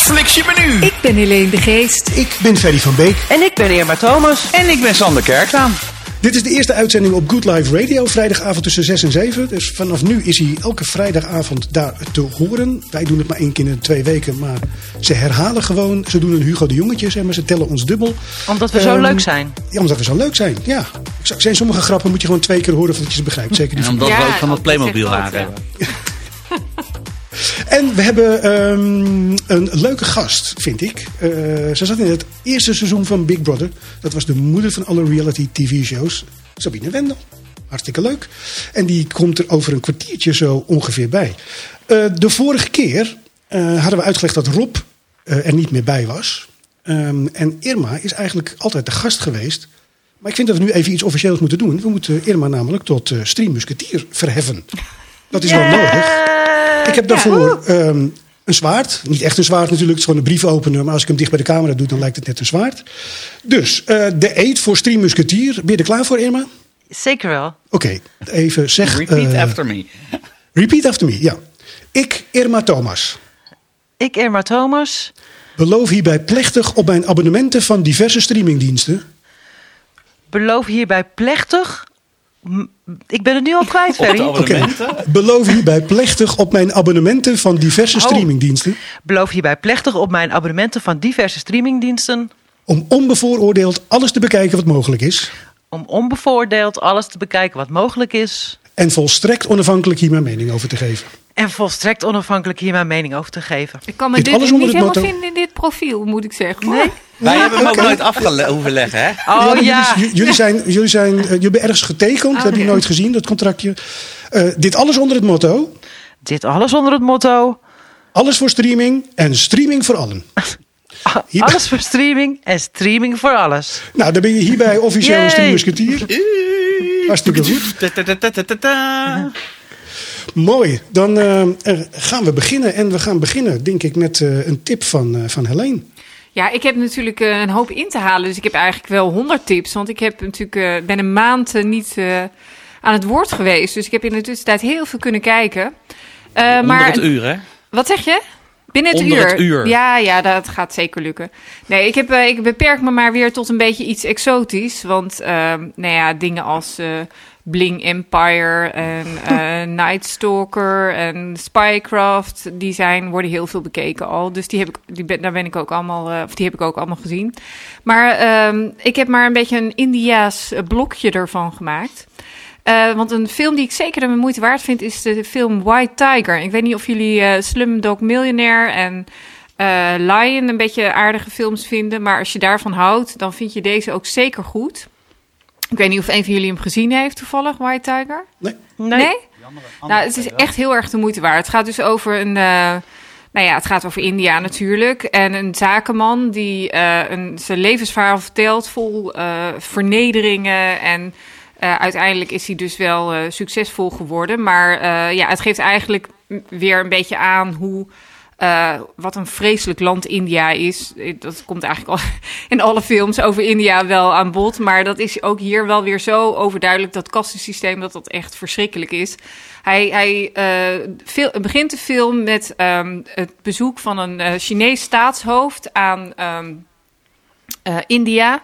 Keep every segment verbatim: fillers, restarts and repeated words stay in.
Netflix je menu. Ik ben Helene de Geest. Ik ben Ferry van Beek. En ik ben Irma Thomas. En ik ben Sander Kerklaan. Dit is de eerste uitzending op Good Life Radio, vrijdagavond tussen zes en zeven. Dus vanaf nu is hij elke vrijdagavond daar te horen. Wij doen het maar één keer in de twee weken, maar ze herhalen gewoon. Ze doen een Hugo de Jongetje, zeg maar, ze tellen ons dubbel. Omdat we um, zo leuk zijn. Ja, omdat we zo leuk zijn, ja. Ik zou zeggen, sommige grappen moet je gewoon twee keer horen voordat je ze begrijpt. Zeker die en omdat ja, we ook van dat Playmobil haar hebben. En we hebben um, een leuke gast, vind ik. Uh, ze zat in het eerste seizoen van Big Brother. Dat was de moeder van alle reality tv-shows. Sabine Wendel. Hartstikke leuk. En die komt er over een kwartiertje zo ongeveer bij. Uh, de vorige keer uh, hadden we uitgelegd dat Rob uh, er niet meer bij was. Um, en Irma is eigenlijk altijd de gast geweest. Maar ik vind dat we nu even iets officieels moeten doen. We moeten Irma namelijk tot uh, streammusketier verheffen. Dat is yeah. wel nodig. Ik heb daarvoor um, een zwaard. Niet echt een zwaard natuurlijk, het is gewoon een briefenopener. Maar als ik hem dicht bij de camera doe, dan lijkt het net een zwaard. Dus uh, de eet voor streammusketier. Ben je er klaar voor, Irma? Zeker wel. Oké, okay, even zeg... Repeat uh, after me. Repeat after me, ja. Ik, Irma Thomas. Ik, Irma Thomas. Beloof hierbij plechtig op mijn abonnementen van diverse streamingdiensten. Beloof hierbij plechtig... Ik ben het nu al kwijt, Ferry. Okay. Beloof hierbij plechtig op mijn abonnementen van diverse oh. streamingdiensten. Beloof hierbij plechtig op mijn abonnementen van diverse streamingdiensten. Om onbevooroordeeld alles te bekijken wat mogelijk is. Om onbevooroordeeld alles te bekijken wat mogelijk is. En volstrekt onafhankelijk hier mijn mening over te geven. En volstrekt onafhankelijk hier mijn mening over te geven. Ik kan me dit, dit niet helemaal motto... vinden in dit profiel, moet ik zeggen. Nee. Wij ja, hebben hem okay. ook nooit afgele- hoeven leggen, hè? Oh ja. ja. Jullie, jullie zijn, jullie zijn, uh, jullie hebben ergens getekend, oh, dat heb je nooit gezien, dat contractje. Uh, dit alles onder het motto. Dit alles onder het motto. Alles voor streaming en streaming voor allen. Hierbij... Alles voor streaming en streaming voor alles. Nou, dan ben je hierbij officieel een streammusketier. Hartstikke goed. Mooi, dan uh, gaan we beginnen. En we gaan beginnen, denk ik, met uh, een tip van, uh, van Helene. Ja, ik heb natuurlijk uh, een hoop in te halen. Dus ik heb eigenlijk wel honderd tips. Want ik heb natuurlijk, uh, ben een maand uh, niet uh, aan het woord geweest. Dus ik heb in de tussentijd heel veel kunnen kijken. Uh, Onder maar, het uur, hè? Wat zeg je? Binnen het Onder uur. het uur. Ja, ja, dat gaat zeker lukken. Nee, ik, heb, uh, ik beperk me maar weer tot een beetje iets exotisch. Want uh, nou ja, dingen als... Uh, Bling Empire en uh, Night Stalker en Spycraft, die zijn, worden heel veel bekeken al. Dus die heb ik, die ben, daar ben ik ook allemaal, uh, of die heb ik ook allemaal gezien. Maar um, ik heb maar een beetje een Indiaas blokje ervan gemaakt. Uh, want een film die ik zeker de moeite waard vind, is de film White Tiger. Ik weet niet of jullie uh, Slumdog Millionaire en uh, Lion een beetje aardige films vinden. Maar als je daarvan houdt, dan vind je deze ook zeker goed. Ik weet niet of een van jullie hem gezien heeft toevallig, White Tiger? Nee. Nee? nee? Nou, het is echt heel erg de moeite waard. Het gaat dus over een... Uh, nou ja, het gaat over India natuurlijk. En een zakenman die uh, een, zijn levensverhaal vertelt vol uh, vernederingen. En uh, uiteindelijk is hij dus wel uh, succesvol geworden. Maar uh, ja, het geeft eigenlijk weer een beetje aan hoe... Uh, wat een vreselijk land India is. Dat komt eigenlijk al in alle films over India wel aan bod. Maar dat is ook hier wel weer zo overduidelijk, dat kastensysteem, dat dat echt verschrikkelijk is. Hij, hij uh, veel, begint de film met um, het bezoek van een uh, Chinees staatshoofd aan um, uh, India.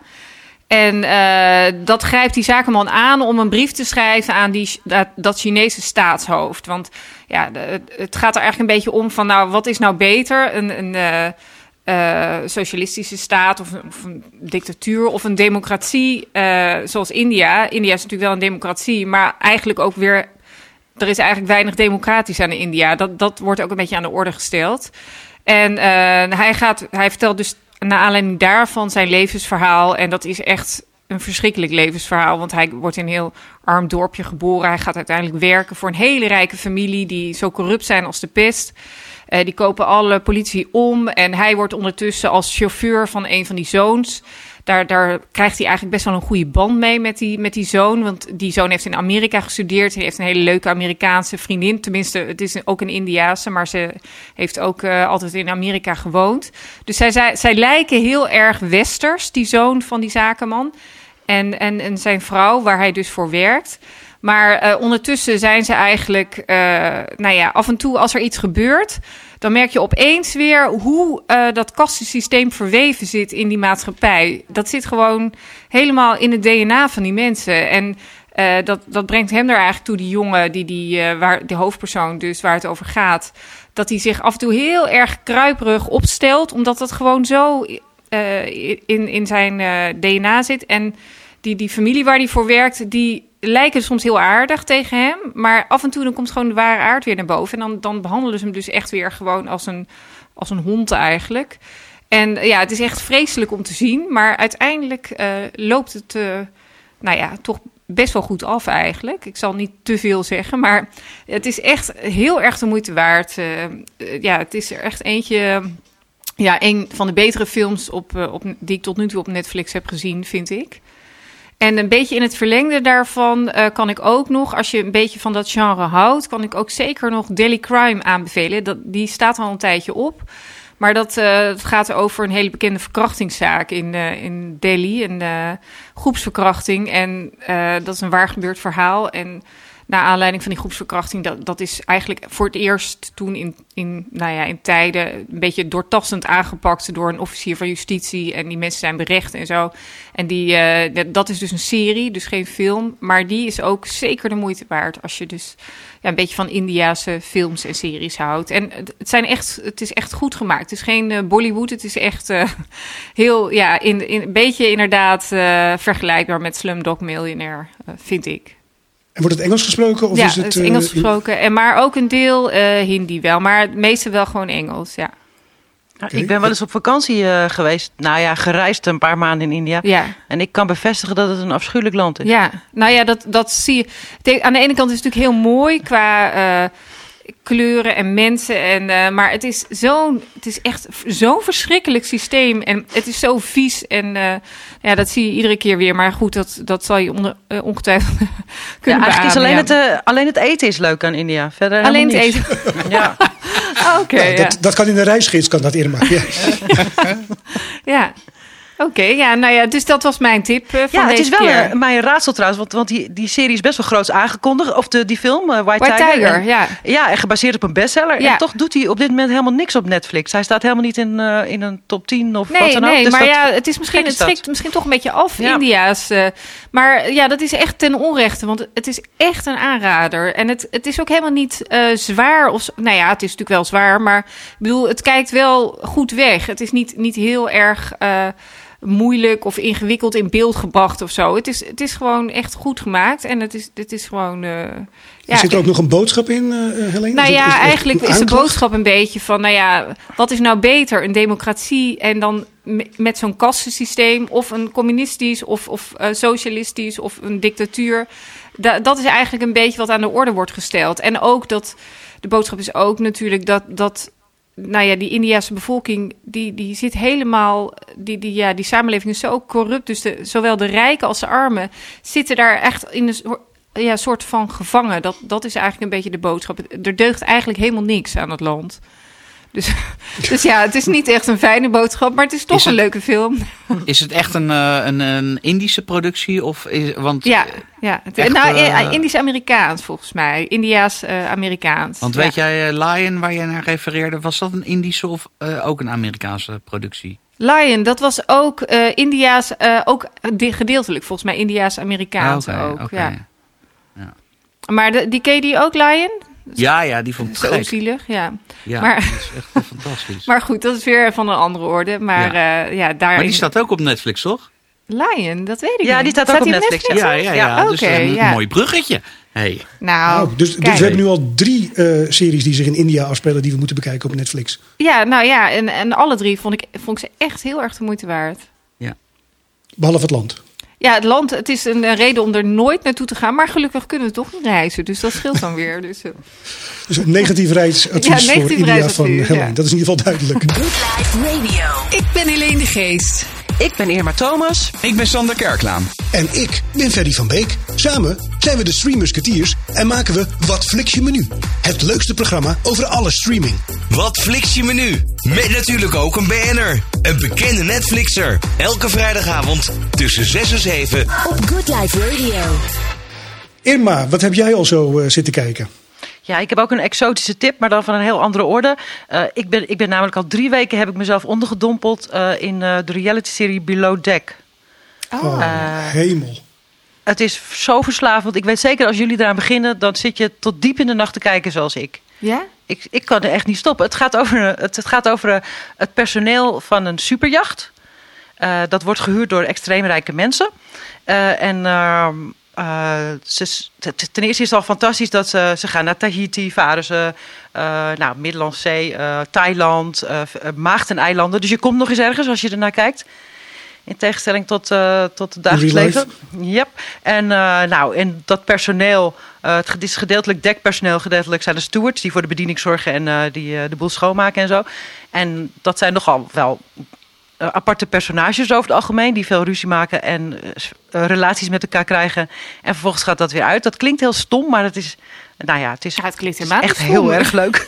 En uh, dat grijpt die zakenman aan om een brief te schrijven aan die, dat, dat Chinese staatshoofd. Want ja, de, het gaat er eigenlijk een beetje om van, nou, wat is nou beter? Een, een uh, uh, socialistische staat of, of een dictatuur of een democratie uh, zoals India. India is natuurlijk wel een democratie, maar eigenlijk ook weer... Er is eigenlijk weinig democratisch aan India. Dat, dat wordt ook een beetje aan de orde gesteld. En uh, hij, gaat, hij vertelt dus... naar aanleiding daarvan zijn levensverhaal. En dat is echt een verschrikkelijk levensverhaal. Want hij wordt in een heel arm dorpje geboren. Hij gaat uiteindelijk werken voor een hele rijke familie die zo corrupt zijn als de pest. Uh, die kopen alle politie om. En hij wordt ondertussen als chauffeur van een van die zoons. Daar, daar krijgt hij eigenlijk best wel een goede band mee met die, met die zoon. Want die zoon heeft in Amerika gestudeerd. Hij heeft een hele leuke Amerikaanse vriendin. Tenminste, het is ook een Indiase. Maar ze heeft ook uh, altijd in Amerika gewoond. Dus zij, zij, zij lijken heel erg westers, die zoon van die zakenman. En, en, en zijn vrouw, waar hij dus voor werkt. Maar uh, ondertussen zijn ze eigenlijk... Uh, nou ja, af en toe als er iets gebeurt... dan merk je opeens weer hoe uh, dat kastensysteem verweven zit in die maatschappij. Dat zit gewoon helemaal in het D N A van die mensen. En uh, dat, dat brengt hem er eigenlijk toe, die jongen, die, die, uh, waar, de hoofdpersoon dus, waar het over gaat, dat hij zich af en toe heel erg kruiperig opstelt, omdat dat gewoon zo uh, in, in zijn uh, D N A zit. En die, die familie waar hij voor werkt, die lijken soms heel aardig tegen hem, maar af en toe dan komt gewoon de ware aard weer naar boven. En dan, dan behandelen ze hem dus echt weer gewoon als een, als een hond eigenlijk. En ja, het is echt vreselijk om te zien, maar uiteindelijk uh, loopt het uh, nou ja, toch best wel goed af eigenlijk. Ik zal niet te veel zeggen, maar het is echt heel erg de moeite waard. Uh, uh, ja, het is er echt eentje, ja, een van de betere films op, uh, op, die ik tot nu toe op Netflix heb gezien, vind ik. En een beetje in het verlengde daarvan uh, kan ik ook nog, als je een beetje van dat genre houdt, kan ik ook zeker nog Delhi Crime aanbevelen. Dat, die staat al een tijdje op. Maar dat, uh, dat gaat over een hele bekende verkrachtingszaak in, uh, in Delhi. Een uh, groepsverkrachting. En uh, dat is een waar gebeurd verhaal. En naar aanleiding van die groepsverkrachting, dat, dat is eigenlijk voor het eerst toen in, in, nou ja, in tijden een beetje doortastend aangepakt door een officier van justitie. En die mensen zijn berecht en zo. En die, uh, dat is dus een serie, dus geen film. Maar die is ook zeker de moeite waard als je dus ja, een beetje van Indiase films en series houdt. En het, zijn echt, het is echt goed gemaakt. Het is geen uh, Bollywood, het is echt uh, heel, ja, in, in, een beetje inderdaad uh, vergelijkbaar met Slumdog Millionaire, uh, vind ik. En wordt het Engels gesproken? Of ja, is het, het is Engels uh, gesproken. En maar ook een deel uh, Hindi wel. Maar het meeste wel gewoon Engels, ja. Nou, ik ben wel eens op vakantie uh, geweest. Nou ja, gereisd een paar maanden in India. Ja. En ik kan bevestigen dat het een afschuwelijk land is. Ja, nou ja, dat, dat zie je. Aan de ene kant is het natuurlijk heel mooi qua uh, kleuren en mensen. En, uh, maar het is, zo'n, het is echt zo'n verschrikkelijk systeem. En het is zo vies. En uh, ja, dat zie je iedere keer weer. Maar goed, dat, dat zal je onder, uh, ongetwijfeld kunnen ja, eigenlijk is alleen, ja. het, uh, alleen het eten is leuk aan India. Verder alleen het niks. eten. Ja. Oké, okay, nou, ja. dat, dat kan in de reisgids, kan dat Irma. Ja. ja. Oké, okay, ja, nou ja, dus dat was mijn tip uh, van ja, deze het is wel keer. Uh, mijn raadsel trouwens, want, want die, die serie is best wel groots aangekondigd. Of de, die film, uh, White, White Tiger. Tiger en, ja. Ja, en gebaseerd op een bestseller. Ja. En toch doet hij op dit moment helemaal niks op Netflix. Hij staat helemaal niet in, uh, in een top tien of nee, wat dan ook. Nee, dus maar dat, ja, het is misschien, het schrikt misschien toch een beetje af, ja. India's. Uh, maar ja, dat is echt ten onrechte, want het is echt een aanrader. En het, het is ook helemaal niet uh, zwaar. Of, nou ja, het is natuurlijk wel zwaar, maar ik bedoel, het kijkt wel goed weg. Het is niet, niet heel erg Uh, moeilijk of ingewikkeld in beeld gebracht of zo. Het is, het is gewoon echt goed gemaakt. En het is, het is gewoon Uh, ja, er zit er ook nog een boodschap in, uh, Helene? Nou is ja, het, is het eigenlijk is de boodschap een beetje van, nou ja, wat is nou beter? Een democratie en dan met zo'n kastensysteem of een communistisch of, of uh, socialistisch of een dictatuur. Da- dat is eigenlijk een beetje wat aan de orde wordt gesteld. En ook dat, de boodschap is ook natuurlijk dat, dat nou ja, die Indiase bevolking, die, die zit helemaal, die, die, ja, die samenleving is zo corrupt. Dus de, zowel de rijken als de armen zitten daar echt in een ja, soort van gevangen. Dat, dat is eigenlijk een beetje de boodschap. Er deugt eigenlijk helemaal niks aan het land. Dus, dus ja, het is niet echt een fijne boodschap, maar het is toch is het, een leuke film. Is het echt een, een, een Indische productie? Of is, want ja, ja. Echt, nou, uh, Indisch-Amerikaans volgens mij. Indiaas-Amerikaans. Uh, want ja. weet jij, uh, Lion, waar jij naar refereerde, was dat een Indische of uh, ook een Amerikaanse productie? Lion, dat was ook uh, Indiaas, uh, ook gedeeltelijk volgens mij Indiaas-Amerikaans ah, okay, ook. Okay. Ja. Ja. Maar de, die ken je die ook, Lion? Ja, ja, die vond ik zo gek. zielig, ja. Ja, maar, dat is echt fantastisch. Maar goed, dat is weer van een andere orde. Maar ja, uh, ja daar. Maar die staat ook op Netflix, toch? Lion, dat weet ik ja, niet. die staat, staat ook op Netflix. Netflix ja, ja, ja. ja. ja. Dus okay, dat is een ja. mooi bruggetje. Hey. Nou, oh, dus, dus we hebben nu al drie uh, series die zich in India afspelen die we moeten bekijken op Netflix. Ja, nou ja, en, en alle drie vond ik, vond ik ze echt heel erg de moeite waard. Ja. Behalve het land. Ja, het land, het is een, een reden om er nooit naartoe te gaan. Maar gelukkig kunnen we toch niet reizen. Dus dat scheelt dan weer. Dus, uh. dus een negatief reisadvies ja, voor India van Helene. Ja. Dat is in ieder geval duidelijk. Good Life Radio. Ik ben Helene de Geest. Ik ben Irma Thomas. Ik ben Sander Kerklaan. En ik ben Ferdy van Beek. Samen zijn we de Stream Musketeers en maken we Wat Fliks je Menu. Het leukste programma over alle streaming. Wat Fliks je Menu. Met natuurlijk ook een B N'er. Een bekende Netflixer. Elke vrijdagavond tussen zes en zeven. Op Good Life Radio. Irma, wat heb jij al zo uh, zitten kijken? Ja, ik heb ook een exotische tip, maar dan van een heel andere orde. Uh, ik, ben, ik ben namelijk al drie weken heb ik mezelf ondergedompeld uh, in uh, de reality-serie Below Deck. Oh, uh, hemel. Het is zo verslavend. Ik weet zeker, als jullie eraan beginnen, dan zit je tot diep in de nacht te kijken zoals ik. Ja? Ik, ik kan er echt niet stoppen. Het gaat over, het, het, gaat over uh, het personeel van een superjacht. Uh, dat wordt gehuurd door extreem rijke mensen. Uh, en... Uh, Uh, ze, ten eerste is het al fantastisch dat ze, ze gaan naar Tahiti, varen ze, uh, nou, Middellandse Zee, uh, Thailand, uh, Maagdeneilanden. Dus je komt nog eens ergens als je ernaar kijkt. In tegenstelling tot, uh, tot het dagelijks leven. Yep. En, uh, nou, en dat personeel, uh, het is gedeeltelijk dekpersoneel, gedeeltelijk zijn de stewards die voor de bediening zorgen en uh, die uh, de boel schoonmaken en zo. En dat zijn nogal wel... Uh, aparte personages over het algemeen die veel ruzie maken en uh, relaties met elkaar krijgen. En vervolgens gaat dat weer uit. Dat klinkt heel stom, maar het is, nou ja, het is, ja, het klinkt het is echt heel stom. erg leuk.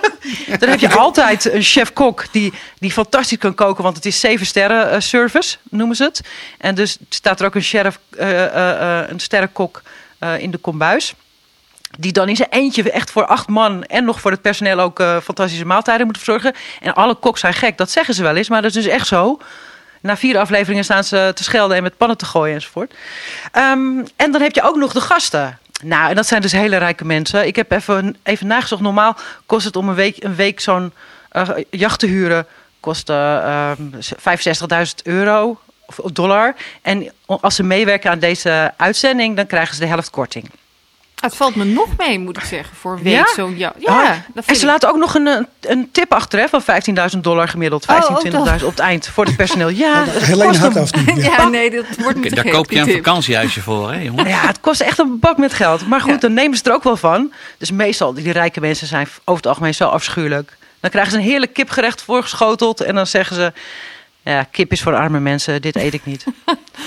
Dan heb je altijd een chef-kok die, die fantastisch kan koken, want het is zeven sterren uh, service, noemen ze het. En dus staat er ook een, sheriff, uh, uh, uh, een sterrenkok uh, in de kombuis. Die dan in zijn eentje echt voor acht man en nog voor het personeel ook uh, fantastische maaltijden moet verzorgen. En alle koks zijn gek, dat zeggen ze wel eens, maar dat is dus echt zo. Na vier afleveringen staan ze te schelden en met pannen te gooien enzovoort. Um, en dan heb je ook nog de gasten. Nou, en dat zijn dus hele rijke mensen. Ik heb even, even nagezocht. Normaal kost het om een week, een week zo'n uh, jacht te huren, kost uh, uh, vijfenzestigduizend euro of dollar. En als ze meewerken aan deze uitzending, dan krijgen ze de helft korting. Het valt me nog mee, moet ik zeggen, voor een week ja? zo'n ja. ja oh, dat en ze ik... laten ook nog een, een tip achter hè, van vijftienduizend dollar gemiddeld. vijftien, twintigduizend op het eind voor het personeel. Ja, Helene hard af. Ja. ja, nee, dat wordt niet te Daar gek, koop je een tip. vakantiehuisje voor, hè jongen? Ja, het kost echt een bak met geld. Maar goed, ja. Dan nemen ze er ook wel van. Dus meestal, die rijke mensen zijn over het algemeen zo afschuwelijk. Dan krijgen ze een heerlijk kipgerecht voorgeschoteld. En dan zeggen ze, ja, kip is voor arme mensen, dit eet ik niet.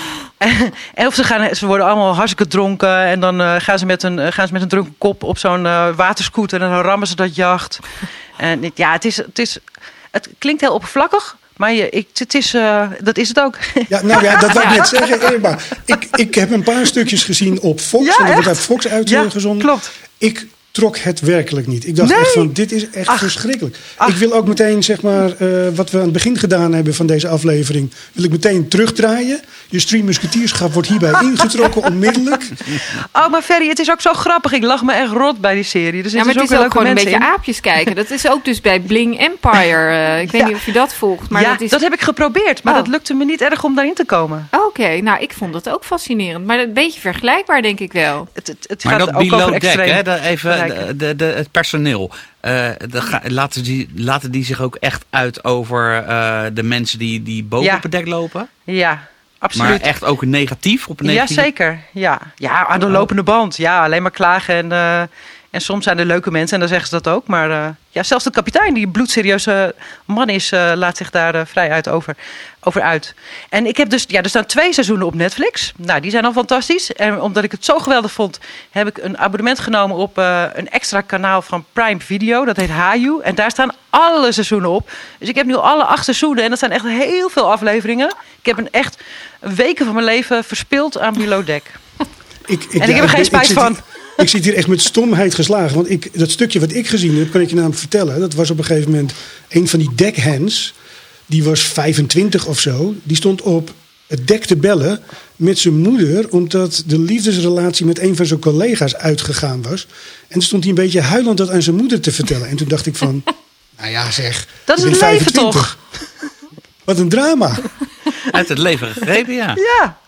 En, en of ze, gaan, ze worden allemaal hartstikke dronken. En dan uh, gaan, ze met een, uh, gaan ze met een dronken kop op zo'n uh, waterscooter. En dan rammen ze dat jacht. En ja, het, is, het, is, het klinkt heel oppervlakkig. Maar je, ik, het is, uh, dat is het ook. Ja, nou ja, dat wil ik net zeggen. Maar ik, ik heb een paar stukjes gezien op Fox. Ja, want dat wordt uit Fox uitgezonden. Ja, klopt. Ik trok het werkelijk niet. Ik dacht nee. echt van, dit is echt Ach. verschrikkelijk. Ach. Ik wil ook meteen, zeg maar, uh, wat we aan het begin gedaan hebben van deze aflevering, wil ik meteen terugdraaien. Je Stream Musketeerschap wordt hierbij ingetrokken, onmiddellijk. Oh, maar Ferry, het is ook zo grappig. Ik lach me echt rot bij die serie. Dus ja, maar het is ook, ook, ook gewoon een beetje in. aapjes kijken. Dat is ook dus bij Bling Empire. Uh, ik weet ja. niet of je dat volgt. Maar ja, dat, is... dat heb ik geprobeerd. Maar oh. dat lukte me niet erg om daarin te komen. Oké, okay, nou, ik vond dat ook fascinerend. Maar een beetje vergelijkbaar, denk ik wel. Het, het, het maar gaat dat ook below over deck, extreem. hè, de, even de, de, de, het personeel. Uh, de, ga, laten, die, laten die zich ook echt uit over uh, de mensen die, die boven ja. op het dek lopen? Ja, absoluut. Maar echt ook negatief? Op een negatieve... Ja, zeker. Ja. ja, aan de lopende band. Ja, alleen maar klagen. En, uh, en soms zijn er leuke mensen en dan zeggen ze dat ook. Maar uh, ja, zelfs de kapitein, die bloedserieuze man is, uh, laat zich daar uh, vrij uit over, over uit. En ik heb dus, ja, er staan twee seizoenen op Netflix. Nou, die zijn al fantastisch. En omdat ik het zo geweldig vond, heb ik een abonnement genomen op uh, een extra kanaal van Prime Video. Dat heet Hayu. En daar staan alle seizoenen op. Dus ik heb nu alle acht seizoenen en dat zijn echt heel veel afleveringen. Ik heb een echt weken van mijn leven verspild aan Below Deck. Ik, ik, en ik ja, heb er geen spijt van. Zit, ik zit hier echt met stomheid geslagen. Want ik, dat stukje wat ik gezien heb, kan ik je namelijk vertellen. Dat was op een gegeven moment een van die deckhands. Die was vijfentwintig of zo. Die stond op het dek te bellen met zijn moeder. Omdat de liefdesrelatie met een van zijn collega's uitgegaan was. En toen stond hij een beetje huilend dat aan zijn moeder te vertellen. En toen dacht ik van, nou ja zeg. Dat is het leven toch? Wat een drama. Uit het leven gegrepen, ja. Ja.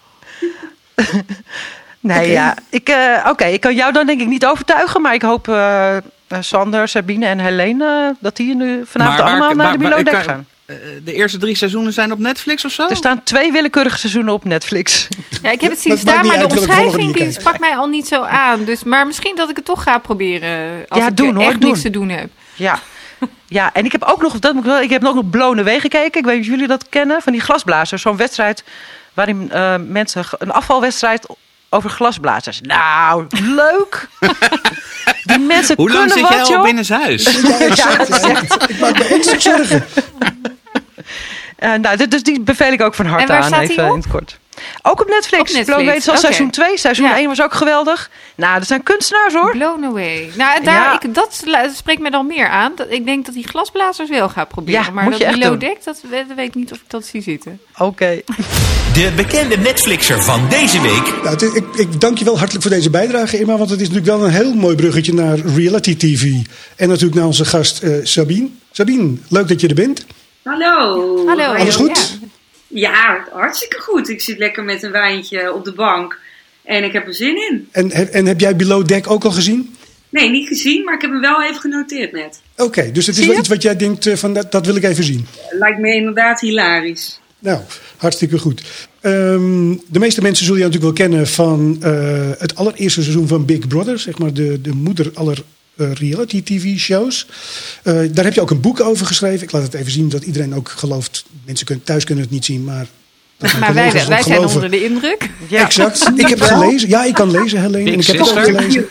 Nee, okay. ja. Ik, uh, Oké, okay. ik kan jou dan denk ik niet overtuigen. Maar ik hoop uh, Sander, Sabine en Helene... Uh, dat die nu vanavond maar, allemaal maar, naar maar, de Below Deck gaan. Uh, de eerste drie seizoenen zijn op Netflix of zo? Er staan twee willekeurige seizoenen op Netflix. Ja, ik heb het zien staan, maar, maar de omschrijving die sprak mij al niet zo aan. Dus, maar misschien dat ik het toch ga proberen. Als ja, ik doen, echt hoor, niks doen. te doen heb. Ja. Ja, en ik heb ook nog, dat moet ik wel, ik heb ook nog Blown Away gekeken. Ik weet niet of jullie dat kennen, van die glasblazers. Zo'n wedstrijd waarin uh, mensen, een afvalwedstrijd over glasblazers. Nou, leuk. Die mensen Hoe kunnen lang wat, zit jij al joh? binnen zijn huis? Ja, echt, ik maak me ernstig zorgen. Uh, nou, dus die beveel ik ook van harte aan, even in het kort. Ook op Netflix. Op Netflix. Blown Away is al Okay. seizoen twee. Seizoen Ja. één was ook geweldig. Nou, dat zijn kunstenaars hoor. Blown Away. Nou, daar, Ja. ik, dat la- spreekt me dan meer aan. Dat, ik denk dat die glasblazers wel ga proberen. Ja, maar moet dat je echt Below doen. Deck, dat, dat weet ik niet of ik dat zie zitten. Oké. Okay. De bekende Netflixer van deze week. Nou, het- ik, ik dank je wel hartelijk voor deze bijdrage, Irma. Want het is natuurlijk wel een heel mooi bruggetje naar reality T V. En natuurlijk naar onze gast uh, Sabine. Sabine, leuk dat je er bent. Hallo. Hallo. Alles goed? Ja. Ja, hartstikke goed. Ik zit lekker met een wijntje op de bank. En ik heb er zin in. En, en heb jij Below Deck ook al gezien? Nee, niet gezien, maar ik heb hem wel even genoteerd net. Oké, okay, dus het is Zie wel je? iets wat jij denkt uh, van dat, dat wil ik even zien. Lijkt me inderdaad hilarisch. Nou, hartstikke goed. Um, de meeste mensen zullen je natuurlijk wel kennen van uh, het allereerste seizoen van Big Brother. Zeg maar de, de moeder aller uh, reality T V-shows. Uh, daar heb je ook een boek over geschreven. Ik laat het even zien, dat iedereen ook gelooft. Mensen kunnen, thuis kunnen het niet zien, maar... Maar wij, wij zijn onder de indruk. Ja. Exact. Ik heb het gelezen. Ja, ik kan lezen, Helene. En ik heb het ook gelezen.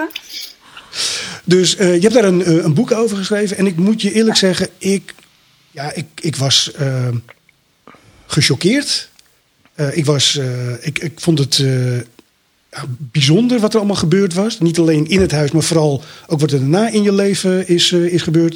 Dus uh, je hebt daar een, uh, een boek over geschreven. En ik moet je eerlijk zeggen, ik, ja, ik, ik was uh, gechoqueerd. Uh, ik, was, uh, ik, ik vond het uh, ja, bijzonder wat er allemaal gebeurd was. Niet alleen in het huis, maar vooral ook wat er daarna in je leven is, uh, is gebeurd.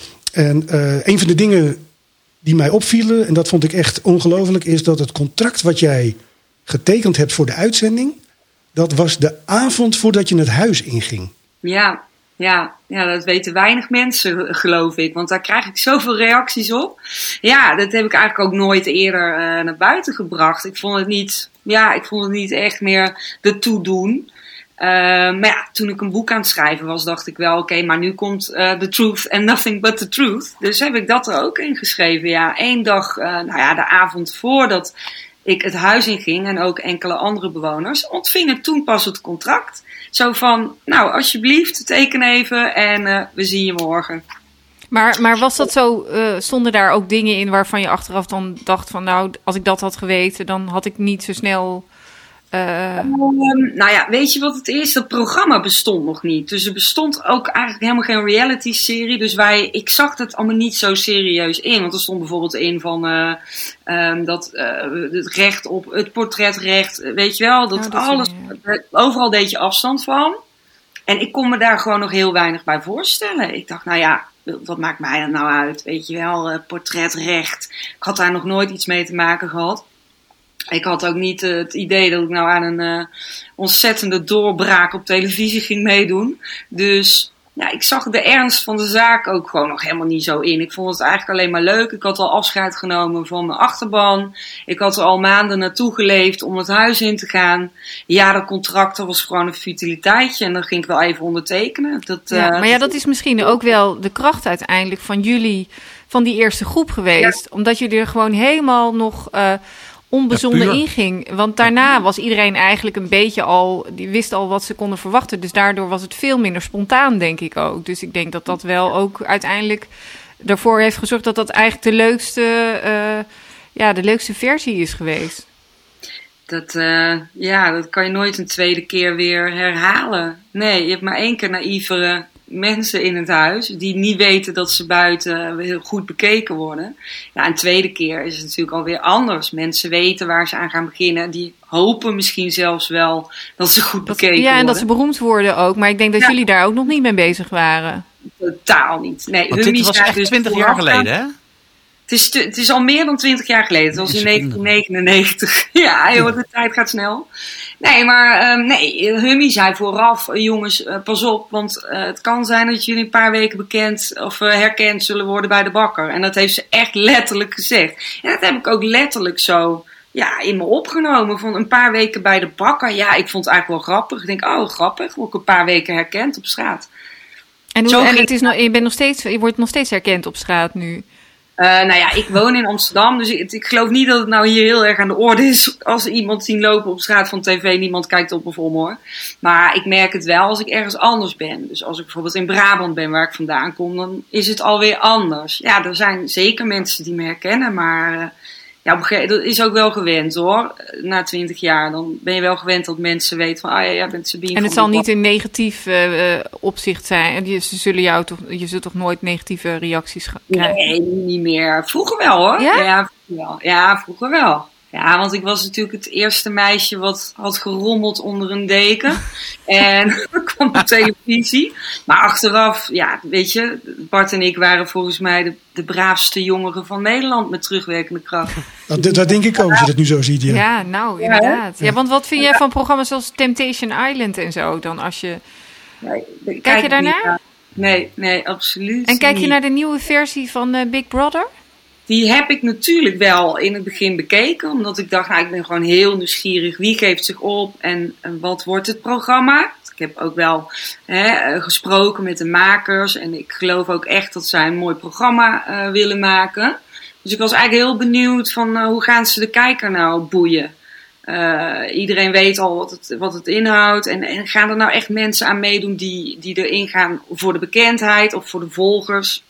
En uh, een van de dingen die mij opvielen, en dat vond ik echt ongelooflijk, is dat het contract wat jij getekend hebt voor de uitzending, dat was de avond voordat je het huis inging. Ja, ja, ja, dat weten weinig mensen, geloof ik. Want daar krijg ik zoveel reacties op. Ja, dat heb ik eigenlijk ook nooit eerder uh, naar buiten gebracht. Ik vond het niet, ja, ik vond het niet echt meer de toedoen. Uh, maar ja, toen ik een boek aan het schrijven was, dacht ik wel, oké, okay, maar nu komt uh, the truth and nothing but the truth. Dus heb ik dat er ook in geschreven. Ja, één dag, uh, nou ja, de avond voordat ik het huis inging en ook enkele andere bewoners, ontvingen toen pas het contract. Zo van, nou, alsjeblieft, teken even en uh, we zien je morgen. Maar, maar was dat zo, uh, stonden daar ook dingen in waarvan je achteraf dan dacht van, nou, als ik dat had geweten, dan had ik niet zo snel... Uh... Um, nou ja, weet je wat het is? Dat programma bestond nog niet. Dus er bestond ook eigenlijk helemaal geen reality-serie. Dus wij, ik zag het allemaal niet zo serieus in. Want er stond bijvoorbeeld in van uh, um, dat uh, het recht op het portretrecht. Weet je wel, dat, oh, dat alles. Ja. Overal deed je afstand van. En ik kon me daar gewoon nog heel weinig bij voorstellen. Ik dacht, nou ja, wat maakt mij dat nou uit? Weet je wel, uh, portretrecht. Ik had daar nog nooit iets mee te maken gehad. Ik had ook niet uh, het idee dat ik nou aan een uh, ontzettende doorbraak op televisie ging meedoen. Dus ja, ik zag de ernst van de zaak ook gewoon nog helemaal niet zo in. Ik vond het eigenlijk alleen maar leuk. Ik had al afscheid genomen van mijn achterban. Ik had er al maanden naartoe geleefd om het huis in te gaan. Ja, dat contract dat was gewoon een futiliteitje. En dan ging ik wel even ondertekenen. Dat, ja, uh, maar ja, dat is misschien ook wel de kracht uiteindelijk van jullie, van die eerste groep geweest. Ja. Omdat jullie er gewoon helemaal nog... Uh, onbezonnen ja, inging. Want daarna was iedereen eigenlijk een beetje al... die wist al wat ze konden verwachten. Dus daardoor was het veel minder spontaan, denk ik ook. Dus ik denk dat dat wel ook uiteindelijk ervoor heeft gezorgd... dat dat eigenlijk de leukste, uh, ja, de leukste versie is geweest. Dat, uh, ja, dat kan je nooit een tweede keer weer herhalen. Nee, je hebt maar één keer naïvere mensen in het huis... die niet weten dat ze buiten heel goed bekeken worden. Ja, een tweede keer is het natuurlijk alweer anders. Mensen weten waar ze aan gaan beginnen. Die hopen misschien zelfs wel dat ze goed dat, bekeken ja, worden. Ja, en dat ze beroemd worden ook. Maar ik denk dat ja. jullie daar ook nog niet mee bezig waren. Totaal niet. Nee, Want dit was echt dus twintig jaar geleden, hè? Het is, te, het is al meer dan twintig jaar geleden. Het was in negentien negenennegentig. Ja, joh, de tijd gaat snel. Nee, maar um, nee, Hummy zei vooraf, jongens, uh, pas op. Want uh, het kan zijn dat jullie een paar weken bekend of uh, herkend zullen worden bij de bakker. En dat heeft ze echt letterlijk gezegd. En dat heb ik ook letterlijk zo ja, in me opgenomen. Van een paar weken bij de bakker. Ja, ik vond het eigenlijk wel grappig. Ik denk, oh, grappig. Word ik een paar weken herkend op straat. En, hoe, en het is nog, je, bent nog steeds, je wordt nog steeds herkend op straat nu? Uh, nou ja, ik woon in Amsterdam, dus ik, ik geloof niet dat het nou hier heel erg aan de orde is als iemand zien lopen op straat van tv, niemand kijkt op of om hoor. Maar ik merk het wel als ik ergens anders ben. Dus als ik bijvoorbeeld in Brabant ben waar ik vandaan kom, dan is het alweer anders. Ja, er zijn zeker mensen die me herkennen, maar uh, ja, dat is ook wel gewend hoor. Na twintig jaar, dan ben je wel gewend dat mensen weten van, ah ja, jij bent Sabine. En het zal niet in negatief uh, opzicht zijn. Je, ze zullen jou toch, je zult toch nooit negatieve reacties krijgen? Nee, niet meer. Vroeger wel hoor. Ja? Ja, vroeger wel. Ja, vroeger wel. Ja, want ik was natuurlijk het eerste meisje wat had gerommeld onder een deken. En dat kwam op televisie. Maar achteraf, ja, weet je, Bart en ik waren volgens mij de, de braafste jongeren van Nederland met terugwerkende kracht. Dat, dat denk ik ook, als je dat nu zo ziet. Ja, ja nou, inderdaad. Ja, want wat vind jij van programma's zoals Temptation Island en zo dan als je... Nee, kijk, kijk je daarnaar? Nee, nee, absoluut En kijk je niet. naar de nieuwe versie van uh, Big Brother? Die heb ik natuurlijk wel in het begin bekeken. Omdat ik dacht, nou, ik ben gewoon heel nieuwsgierig. Wie geeft zich op en, en wat wordt het programma? Ik heb ook wel hè, gesproken met de makers. En ik geloof ook echt dat zij een mooi programma uh, willen maken. Dus ik was eigenlijk heel benieuwd van uh, hoe gaan ze de kijker nou boeien? Uh, iedereen weet al wat het, wat het inhoudt. En, en gaan er nou echt mensen aan meedoen die, die erin gaan voor de bekendheid of voor de volgers?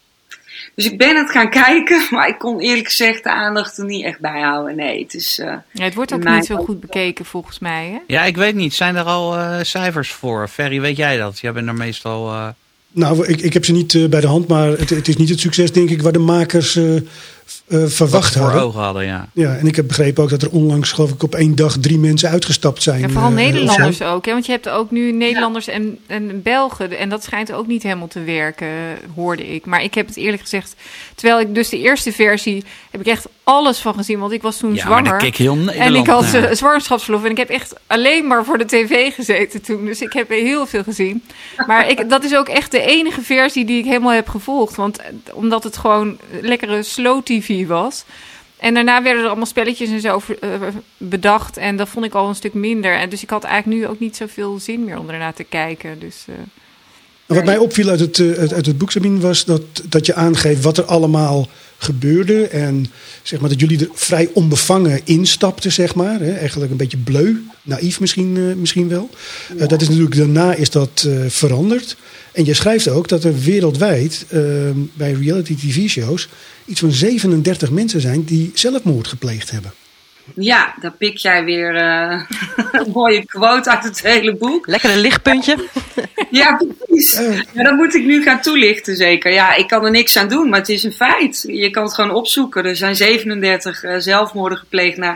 Dus ik ben het gaan kijken, maar ik kon eerlijk gezegd de aandacht er niet echt bij houden. Nee, het is... Uh, ja, het wordt ook niet zo goed bekeken volgens mij, hè? Ja, ik weet niet. Zijn er al uh, cijfers voor? Ferry, weet jij dat? Jij bent er meestal... Uh... Nou, ik, ik heb ze niet uh, bij de hand, maar het, het is niet het succes, denk ik, waar de makers uh, uh, verwacht voor hadden. ogen hadden, ja. Ja, en ik heb begrepen ook dat er onlangs, geloof ik, op één dag drie mensen uitgestapt zijn. Ja, vooral uh, Nederlanders uh, ook, hè? Want je hebt ook nu Nederlanders ja. en, en Belgen. En dat schijnt ook niet helemaal te werken, hoorde ik. Maar ik heb het eerlijk gezegd, terwijl ik dus de eerste versie, heb ik echt alles van gezien. Want ik was toen ja, zwanger. Maar keek heel Nederland en ik had naar. uh, zwangerschapsverlof. En ik heb echt alleen maar voor de tv gezeten toen. Dus ik heb heel veel gezien. Maar ik, dat is ook echt de enige versie die ik helemaal heb gevolgd. Want omdat het gewoon lekkere slow tv was. En daarna werden er allemaal spelletjes en zo uh, bedacht. En dat vond ik al een stuk minder. En dus ik had eigenlijk nu ook niet zoveel zin meer om ernaar te kijken. Dus, uh... Wat mij opviel uit het, uh, uit het boek, Sabine, was dat, dat je aangeeft wat er allemaal gebeurde. En zeg maar, dat jullie er vrij onbevangen instapten, zeg maar. Hè? Eigenlijk een beetje bleu, naïef misschien, uh, misschien wel. Ja. Uh, dat is natuurlijk, daarna is dat uh, veranderd. En je schrijft ook dat er wereldwijd uh, bij reality tv-shows iets van zevenendertig mensen zijn die zelfmoord gepleegd hebben. Ja, daar pik jij weer uh, een mooie quote uit het hele boek. Lekker een lichtpuntje. Ja, precies. Ja, dat moet ik nu gaan toelichten, zeker. Ja, ik kan er niks aan doen, maar het is een feit. Je kan het gewoon opzoeken. Er zijn zevenendertig uh, zelfmoorden gepleegd na,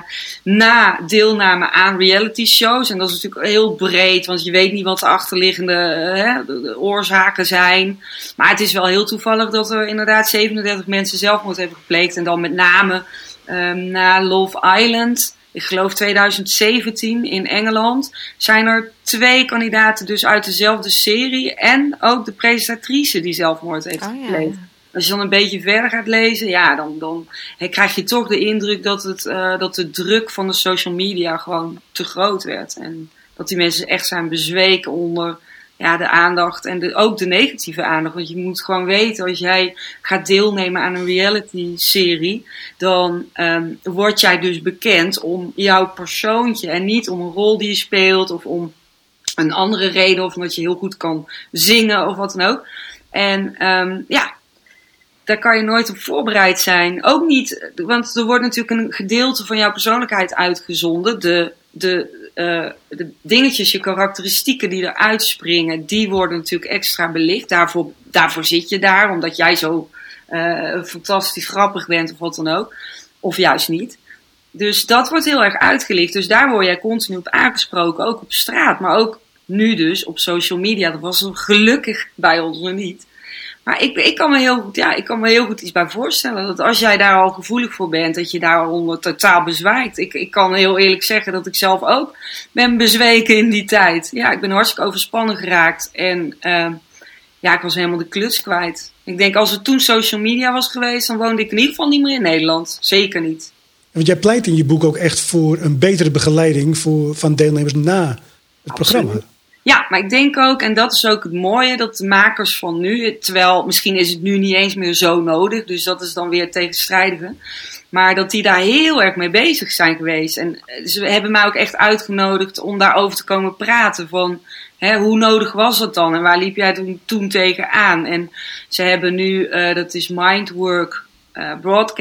na deelname aan reality shows. En dat is natuurlijk heel breed, want je weet niet wat de achterliggende uh, hè, de, de oorzaken zijn. Maar het is wel heel toevallig dat er inderdaad zevenendertig mensen zelfmoord hebben gepleegd. En dan met name... Um, na Love Island, ik geloof twintig zeventien in Engeland, zijn er twee kandidaten dus uit dezelfde serie en ook de presentatrice die zelfmoord heeft oh, gepleegd. Ja. Als je dan een beetje verder gaat lezen, ja, dan, dan he, krijg je toch de indruk dat, het, uh, dat de druk van de social media gewoon te groot werd. En dat die mensen echt zijn bezweken onder... Ja, de aandacht en de, ook de negatieve aandacht. Want je moet gewoon weten, als jij gaat deelnemen aan een reality-serie, dan um, word jij dus bekend om jouw persoontje en niet om een rol die je speelt of om een andere reden of omdat je heel goed kan zingen of wat dan ook. En um, ja, daar kan je nooit op voorbereid zijn. Ook niet, want er wordt natuurlijk een gedeelte van jouw persoonlijkheid uitgezonden. De, de, uh, de dingetjes, je karakteristieken die eruit springen, die worden natuurlijk extra belicht. Daarvoor, daarvoor zit je daar, omdat jij zo uh, fantastisch grappig bent of wat dan ook. Of juist niet. Dus dat wordt heel erg uitgelicht. Dus daar word jij continu op aangesproken, ook op straat. Maar ook nu dus op social media. Dat was er gelukkig bij ons nog niet. Maar ik, ik, kan me heel goed, ja, ik kan me heel goed iets bij voorstellen. Dat als jij daar al gevoelig voor bent, dat je daaronder totaal bezwijkt. Ik, ik kan heel eerlijk zeggen dat ik zelf ook ben bezweken in die tijd. Ja, ik ben hartstikke overspannen geraakt. En uh, ja, ik was helemaal de kluts kwijt. Ik denk als er toen social media was geweest, dan woonde ik in ieder geval niet meer in Nederland. Zeker niet. Want jij pleit in je boek ook echt voor een betere begeleiding voor, van deelnemers na het Absoluut. programma. Ja, maar ik denk ook, en dat is ook het mooie, dat de makers van nu, terwijl misschien is het nu niet eens meer zo nodig, dus dat is dan weer het tegenstrijdige, maar dat die daar heel erg mee bezig zijn geweest. En ze hebben mij ook echt uitgenodigd om daarover te komen praten van, hè, hoe nodig was het dan en waar liep jij toen, toen tegenaan? En ze hebben nu, uh, dat is Mindwork uh,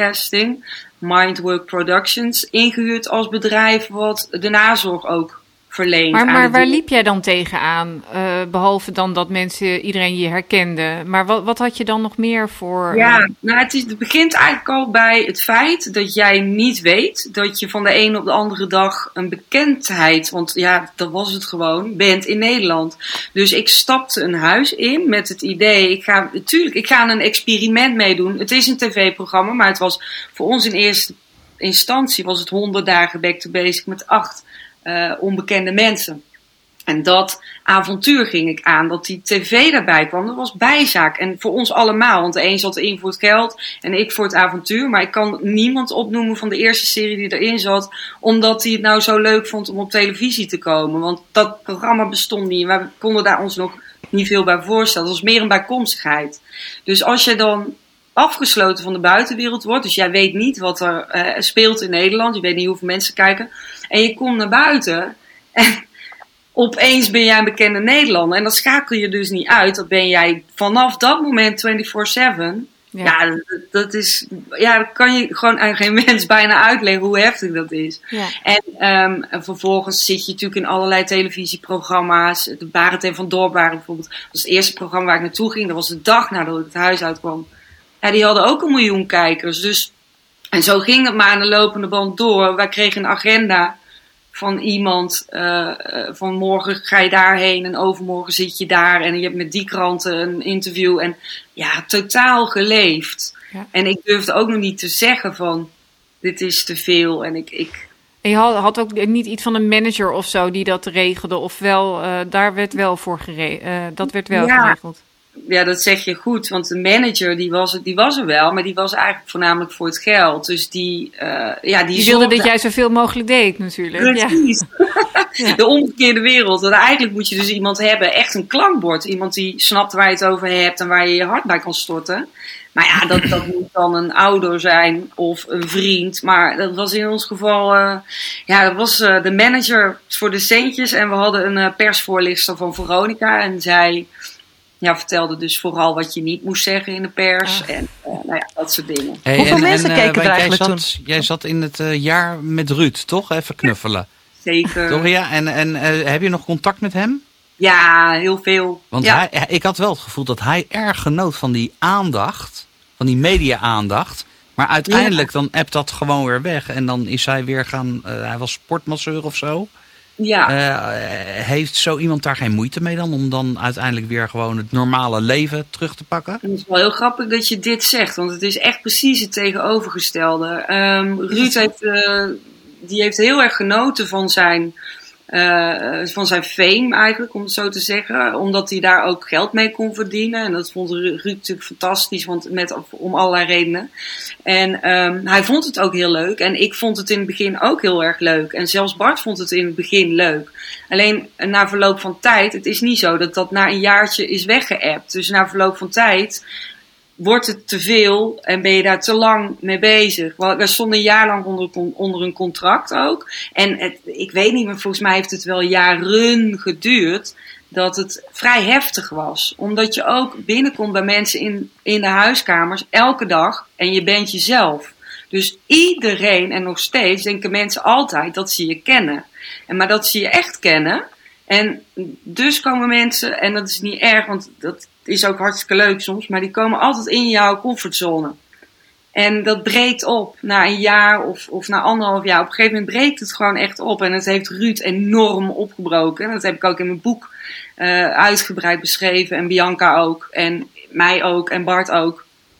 Broadcasting, Mindwork Productions, ingehuurd als bedrijf wat de nazorg ook verleend. Maar, aan maar de waar doel. liep jij dan tegenaan? Uh, behalve dan dat mensen, iedereen je herkende. Maar wat, wat had je dan nog meer voor... Uh... Ja, nou het, is, het begint eigenlijk al bij het feit dat jij niet weet dat je van de ene op de andere dag een bekendheid, want ja, dat was het gewoon, bent in Nederland. Dus ik stapte een huis in met het idee, ik ga natuurlijk, ik ga een experiment meedoen. Het is een tv-programma, maar het was voor ons in eerste instantie was het honderd dagen back to basic met acht uh, onbekende mensen. En dat avontuur ging ik aan, dat die tv daarbij kwam, dat was bijzaak. En voor ons allemaal, want de een zat erin voor het geld en ik voor het avontuur. Maar ik kan niemand opnoemen van de eerste serie die erin zat, omdat hij het nou zo leuk vond om op televisie te komen. Want dat programma bestond niet, we konden daar ons nog niet veel bij voorstellen. Dat was meer een bijkomstigheid. Dus als je dan afgesloten van de buitenwereld wordt, dus jij weet niet wat er uh, speelt in Nederland, je weet niet hoeveel mensen kijken, en je komt naar buiten en opeens ben jij een bekende Nederlander. En dat schakel je dus niet uit. Dat ben jij vanaf dat moment vierentwintig zeven. Ja, ja dat, dat is. Ja, dat kan je gewoon aan geen mens bijna uitleggen hoe heftig dat is. Ja. En, um, en vervolgens zit je natuurlijk in allerlei televisieprogramma's. De Barend en Van Dorp waren bijvoorbeeld. Dat was het eerste programma waar ik naartoe ging. Dat was de dag nadat ik het huis uitkwam. Ja, die hadden ook een miljoen kijkers. Dus, en zo ging het maar aan de lopende band door. Wij kregen een agenda van iemand, uh, van morgen ga je daarheen en overmorgen zit je daar en je hebt met die kranten een interview en ja, totaal geleefd. Ja. En ik durfde ook nog niet te zeggen van, dit is te veel en ik... ik en je had, had ook niet iets van een manager of zo die dat regelde, of wel, uh, daar werd wel voor geregeld, uh, dat werd wel ja. geregeld. Ja, dat zeg je goed, want de manager die was, die was er wel, maar die was eigenlijk voornamelijk voor het geld. Dus die, uh, ja, die, die wilde dat jij zoveel mogelijk deed natuurlijk. Precies. Ja. De omgekeerde wereld. Want eigenlijk moet je dus iemand hebben, echt een klankbord. Iemand die snapt waar je het over hebt en waar je je hart bij kan storten. Maar ja, dat, dat moet dan een ouder zijn of een vriend. Maar dat was in ons geval, uh, ja, dat was uh, de manager voor de centjes. En we hadden een uh, persvoorlichter van Veronica en zij... Ja, vertelde dus vooral wat je niet moest zeggen in de pers. Ah. En uh, nou ja, dat soort dingen. Hey, Hoeveel en, mensen en, uh, keken er eigenlijk jij toen? Zat, jij zat in het uh, jaar met Ruud, toch? Even knuffelen. Zeker. Toch, ja? En, en uh, heb je nog contact met hem? Ja, heel veel. Want ja. hij, ik had wel het gevoel dat hij erg genoot van die aandacht. Van die media-aandacht. Maar uiteindelijk ja. dan appt dat gewoon weer weg. En dan is hij weer gaan... Uh, hij was sportmasseur of zo. Ja. Uh, heeft zo iemand daar geen moeite mee dan? Om dan uiteindelijk weer gewoon het normale leven terug te pakken? Het is wel heel grappig dat je dit zegt. Want het is echt precies het tegenovergestelde. Um, Ruud heeft, uh, die heeft heel erg genoten van zijn... Uh, van zijn fame eigenlijk, om het zo te zeggen. Omdat hij daar ook geld mee kon verdienen. En dat vond Ruud natuurlijk fantastisch, want met, om allerlei redenen. En um, hij vond het ook heel leuk. En ik vond het in het begin ook heel erg leuk. En zelfs Bart vond het in het begin leuk. Alleen na verloop van tijd, het is niet zo dat dat na een jaartje is weggeëpt. Dus na verloop van tijd wordt het te veel en ben je daar te lang mee bezig. We stonden een jaar lang onder, onder een contract ook. En het, ik weet niet, maar volgens mij heeft het wel jaren geduurd dat het vrij heftig was. Omdat je ook binnenkomt bij mensen in, in de huiskamers elke dag en je bent jezelf. Dus iedereen, en nog steeds denken mensen altijd dat ze je kennen. En maar dat ze je echt kennen. En dus komen mensen, en dat is niet erg, want dat is ook hartstikke leuk soms, maar die komen altijd in jouw comfortzone. En dat breekt op na een jaar of, of na anderhalf jaar. Op een gegeven moment breekt het gewoon echt op. En het heeft Ruud enorm opgebroken. En dat heb ik ook in mijn boek uh, uitgebreid beschreven. En Bianca ook. En mij ook. En Bart ook.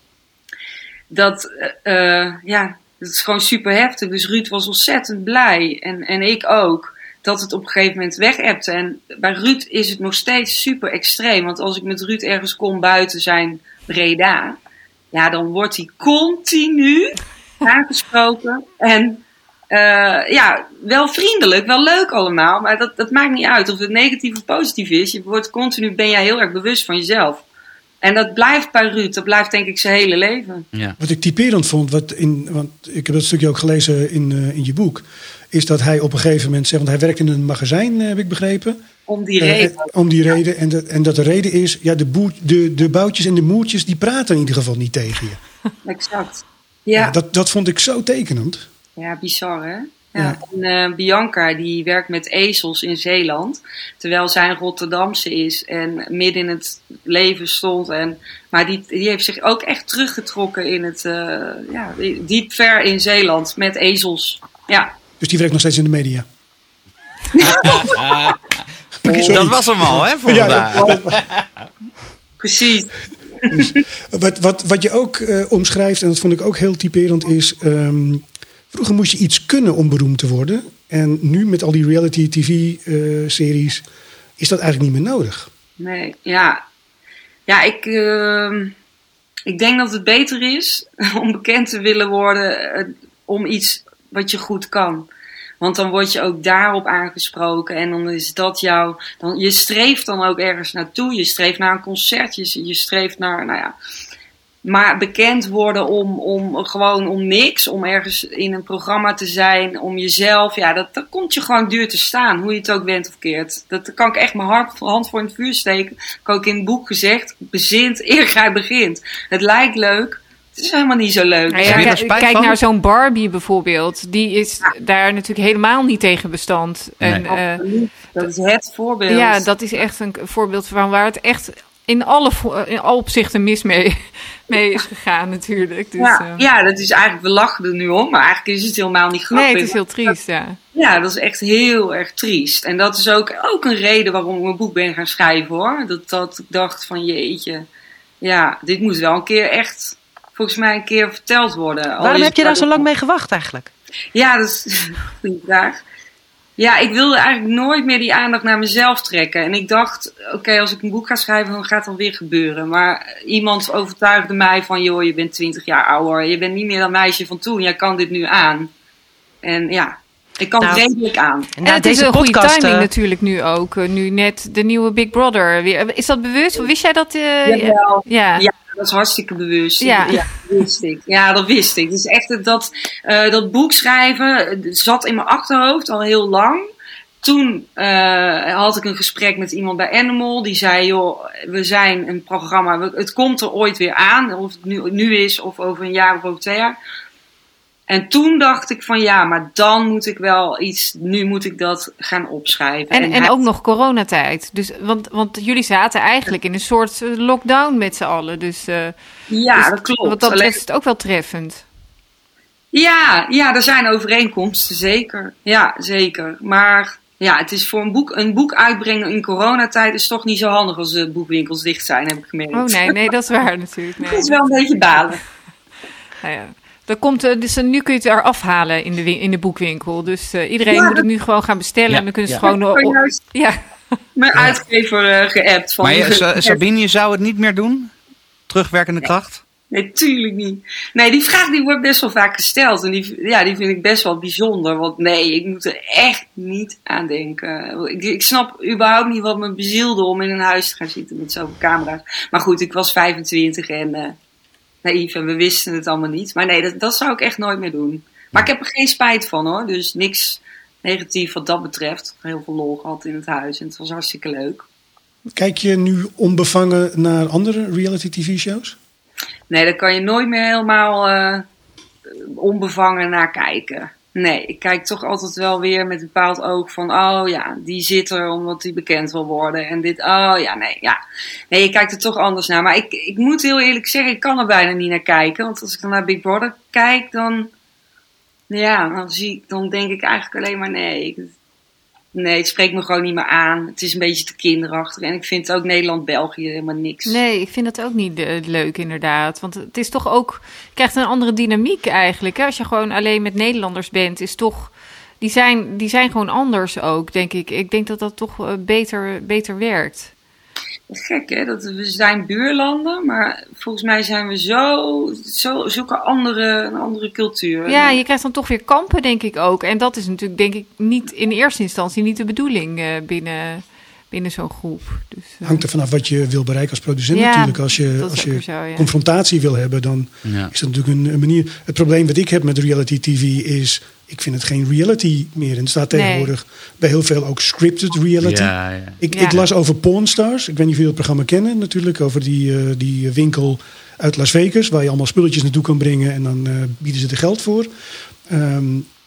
Dat, uh, ja, dat is gewoon super heftig. Dus Ruud was ontzettend blij. En, en ik ook. Dat het op een gegeven moment weg-appte. En bij Ruud is het nog steeds super extreem. Want als ik met Ruud ergens kom buiten zijn Breda, ja, dan wordt hij continu aangesproken. En uh, ja, wel vriendelijk, wel leuk allemaal. Maar dat, dat maakt niet uit of het negatief of positief is. Je wordt continu, ben jij heel erg bewust van jezelf. En dat blijft bij Ruud. Dat blijft denk ik zijn hele leven. Ja. Wat ik typerend vond, wat in, want ik heb dat stukje ook gelezen in, uh, in je boek, is dat hij op een gegeven moment zegt, want hij werkt in een magazijn, heb ik begrepen. Om die reden. Uh, om die reden. En dat, en dat de reden is, ja, de, boer, de, de boutjes en de moertjes, die praten in ieder geval niet tegen je. Exact. Ja. Ja, dat, dat vond ik zo tekenend. Ja, bizar hè? Ja. Ja. En uh, Bianca die werkt met ezels in Zeeland. Terwijl zij een Rotterdamse is en midden in het leven stond. En, maar die, die heeft zich ook echt teruggetrokken in het, uh, ja, diep ver in Zeeland met ezels. Ja. Dus die werkt nog steeds in de media. Oh, dat was hem al, hè, voor ja, vandaag. dat, Precies. Dus, wat, wat, wat je ook uh, omschrijft, en dat vond ik ook heel typerend, is... Um, vroeger moest je iets kunnen om beroemd te worden. En nu met al die reality tv-series uh, is dat eigenlijk niet meer nodig. Nee, ja. Ja, ik, uh, ik denk dat het beter is om bekend te willen worden uh, om iets wat je goed kan. Want dan word je ook daarop aangesproken en dan is dat jouw... Dan, je streeft dan ook ergens naartoe. Je streeft naar een concert, je, je streeft naar... Nou ja, maar bekend worden om, om gewoon om niks, om ergens in een programma te zijn, om jezelf, ja, dat, dat komt je gewoon duur te staan, hoe je het ook bent of keert. Dat kan ik echt mijn hart, hand voor in het vuur steken. Ik heb ook in het boek gezegd, bezint eer gij begint. Het lijkt leuk, het is helemaal niet zo leuk. Nou ja, ja, kijk van? naar zo'n Barbie bijvoorbeeld, die is ja. daar natuurlijk helemaal niet tegen bestand. Nee. En, uh, dat is het voorbeeld. Ja, dat is echt een voorbeeld van waar het echt... in alle, in alle opzichten mis mee, mee is gegaan natuurlijk. Dus, ja, uh... ja, dat is eigenlijk, we lachen er nu om, maar eigenlijk is het helemaal niet grappig. Nee, het is heel triest, ja. Ja, dat is echt heel erg triest. En dat is ook, ook een reden waarom ik mijn boek ben gaan schrijven, hoor. Dat, dat ik dacht van, jeetje, ja, dit moet wel een keer echt, volgens mij een keer verteld worden. Waarom heb je daar zo lang mee gewacht eigenlijk? Ja, dat is een goede vraag. Ja, ik wilde eigenlijk nooit meer die aandacht naar mezelf trekken. En ik dacht, oké, okay, als ik een boek ga schrijven, dan gaat het alweer gebeuren. Maar iemand overtuigde mij van, joh, je bent twintig jaar ouder. Je bent niet meer dat meisje van toen. Jij kan dit nu aan. En ja, ik kan nou, het redelijk aan. En, en het deze is een podcast, goede timing uh... natuurlijk nu ook. Nu net de nieuwe Big Brother weer. Is dat bewust? Wist jij dat? Uh, Jawel. Ja. ja. Dat is hartstikke bewust. Ja, ja dat wist ik. Ja, dat wist ik. Dus echt dat, uh, dat boek schrijven zat in mijn achterhoofd al heel lang. Toen uh, had ik een gesprek met iemand bij Animal. Die zei, joh, we zijn een programma. Het komt er ooit weer aan. Of het nu, nu is of over een jaar of over twee jaar. En toen dacht ik van ja, maar dan moet ik wel iets, nu moet ik dat gaan opschrijven. En, en, en hij... ook nog coronatijd. Dus, want, want jullie zaten eigenlijk in een soort lockdown met z'n allen. Dus, uh, ja, dus dat klopt. Wat dat betreft is het ook wel treffend. Ja, ja, er zijn overeenkomsten, zeker. Ja, zeker. Maar ja, het is voor een boek, een boek uitbrengen in coronatijd is toch niet zo handig als de boekwinkels dicht zijn, heb ik gemerkt. Oh nee, nee, dat is waar natuurlijk. Nee. Dat is wel een beetje balen. Nou ja. Er komt, dus nu kun je het er afhalen in de, in de boekwinkel. Dus uh, iedereen ja, moet het nu gewoon gaan bestellen. Ja, en dan kunnen ze ja. gewoon... Ik heb ja. mijn uitgever uh, geappt. Van maar je, Sabine, je zou het niet meer doen? Terugwerkende nee. kracht? Nee, tuurlijk niet. Nee, die vraag die wordt best wel vaak gesteld. En die, ja, die vind ik best wel bijzonder. Want nee, ik moet er echt niet aan denken. Ik, ik snap überhaupt niet wat me bezielde om in een huis te gaan zitten met zoveel camera's. Maar goed, ik was vijfentwintig en... Uh, naïef en we wisten het allemaal niet. Maar nee, dat, dat zou ik echt nooit meer doen. Maar ik heb er geen spijt van, hoor. Dus niks negatief wat dat betreft. Heel veel lol gehad in het huis en het was hartstikke leuk. Kijk je nu onbevangen naar andere reality tv-shows? Nee, daar kan je nooit meer helemaal uh, onbevangen naar kijken. Nee, ik kijk toch altijd wel weer met een bepaald oog van... oh ja, die zit er omdat die bekend wil worden. En dit, oh ja, nee, ja. Nee, je kijkt er toch anders naar. Maar ik, ik moet heel eerlijk zeggen, ik kan er bijna niet naar kijken. Want als ik dan naar Big Brother kijk, dan... ja, dan, zie ik, dan denk ik eigenlijk alleen maar nee. Ik, nee, het spreekt me gewoon niet meer aan. Het is een beetje te kinderachtig. En ik vind ook Nederland-België helemaal niks. Nee, ik vind het ook niet uh, leuk inderdaad. Want het is toch ook... je krijgt een andere dynamiek eigenlijk. Hè? Als je gewoon alleen met Nederlanders bent, is toch... Die zijn, die zijn gewoon anders ook, denk ik. Ik denk dat dat toch uh, beter, beter werkt. Gek, hè? Dat we zijn buurlanden, maar volgens mij zijn we zo, zo zulke andere, een andere cultuur. Ja, je krijgt dan toch weer kampen, denk ik ook. En dat is natuurlijk, denk ik, niet in eerste instantie niet de bedoeling uh, binnen, binnen zo'n groep. Dus, uh... hangt er vanaf wat je wil bereiken als producent ja, natuurlijk. Als je, als je zo, ja. confrontatie wil hebben, dan ja. is dat natuurlijk een, een manier. Het probleem wat ik heb met reality tv is... ik vind het geen reality meer. En het staat tegenwoordig nee. bij heel veel ook scripted reality. Ja, ja. Ik, ja. ik las over Pawn Stars. Ik weet niet of jullie het programma kennen natuurlijk. Over die, uh, die winkel uit Las Vegas. Waar je allemaal spulletjes naartoe kan brengen. En dan uh, bieden ze er geld voor. Um,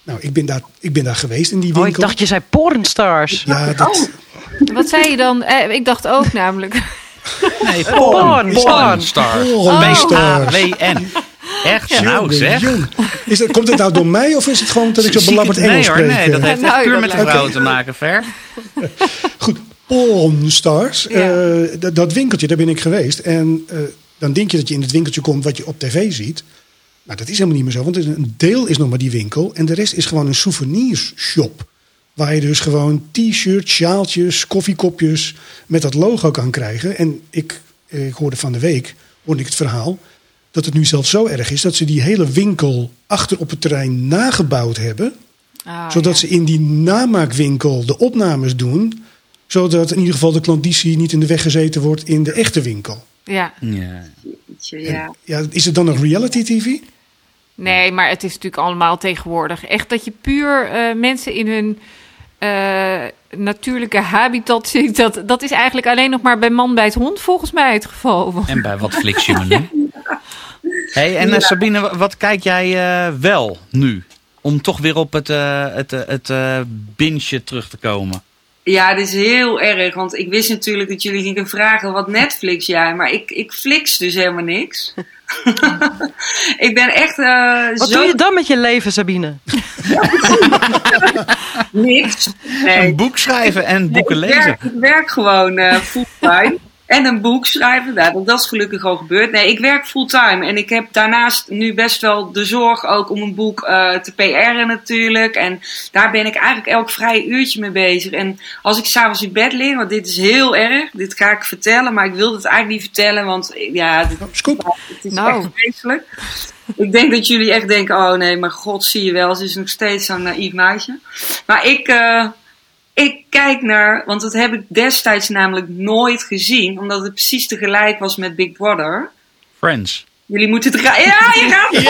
Nou, ik ben daar, ik ben daar geweest in die winkel. Oh, ik dacht je zei pornstars. Ja, dat... Oh. Wat zei je dan? Eh, ik dacht ook namelijk... Nee, porn. Pornstar. Pornstar. B A W N. Echt? Ja, nou zeg. Is dat, komt het nou door mij of is het gewoon dat ik zo belabberd nee, Engels hoor, spreek? Nee, dat heeft nou, puur dat met de lijkt vrouwen te maken, Ver. Goed, Pornstars. Ja. Uh, dat, dat winkeltje, daar ben ik geweest. En uh, dan denk je dat je in het winkeltje komt wat je op tv ziet. Maar dat is helemaal niet meer zo. Want een deel is nog maar die winkel. En de rest is gewoon een souvenirshop. Waar je dus gewoon t-shirts, sjaaltjes, koffiekopjes met dat logo kan krijgen. En ik, ik hoorde van de week, hoorde ik het verhaal, dat het nu zelfs zo erg is dat ze die hele winkel achter op het terrein nagebouwd hebben. Oh, zodat ja. ze in die namaakwinkel de opnames doen. Zodat in ieder geval de klanditie niet in de weg gezeten wordt in de echte winkel. Ja. Ja. Ja. Ja, is het dan nog reality T V? Nee, maar het is natuurlijk allemaal tegenwoordig. Echt dat je puur uh, mensen in hun uh, natuurlijke habitat ziet. Dat, dat is eigenlijk alleen nog maar bij Man bij het Hond volgens mij het geval. En bij wat fliks je me nu? Hey, en uh, Sabine, wat kijk jij uh, wel nu? Om toch weer op het, uh, het, uh, het uh, binge terug te komen. Ja, dit is heel erg. Want ik wist natuurlijk dat jullie gingen vragen wat Netflix jij. Maar ik, ik flix dus helemaal niks. Ik ben echt uh, Wat zo... doe je dan met je leven, Sabine? Niks. Nee. Een boek schrijven en boeken Nee, lezen. ik, werk, ik werk gewoon uh, fulltime. En een boek schrijven. Nou, dat is gelukkig al gebeurd. Nee, ik werk fulltime. En ik heb daarnaast nu best wel de zorg ook om een boek uh, te P R'en natuurlijk. En daar ben ik eigenlijk elk vrije uurtje mee bezig. En als ik s'avonds in bed lig, want dit is heel erg. Dit ga ik vertellen, maar ik wil het eigenlijk niet vertellen. Want ja, dit, Scoop. het is Nou. echt vreselijk. Ik denk dat jullie echt denken, oh nee, maar god, zie je wel. Ze is nog steeds zo'n naïef meisje. Maar ik... Uh, Ik kijk naar, want dat heb ik destijds namelijk nooit gezien, omdat het precies tegelijk was met Big Brother. Friends. Jullie moeten het gaan. Ja, je gaat.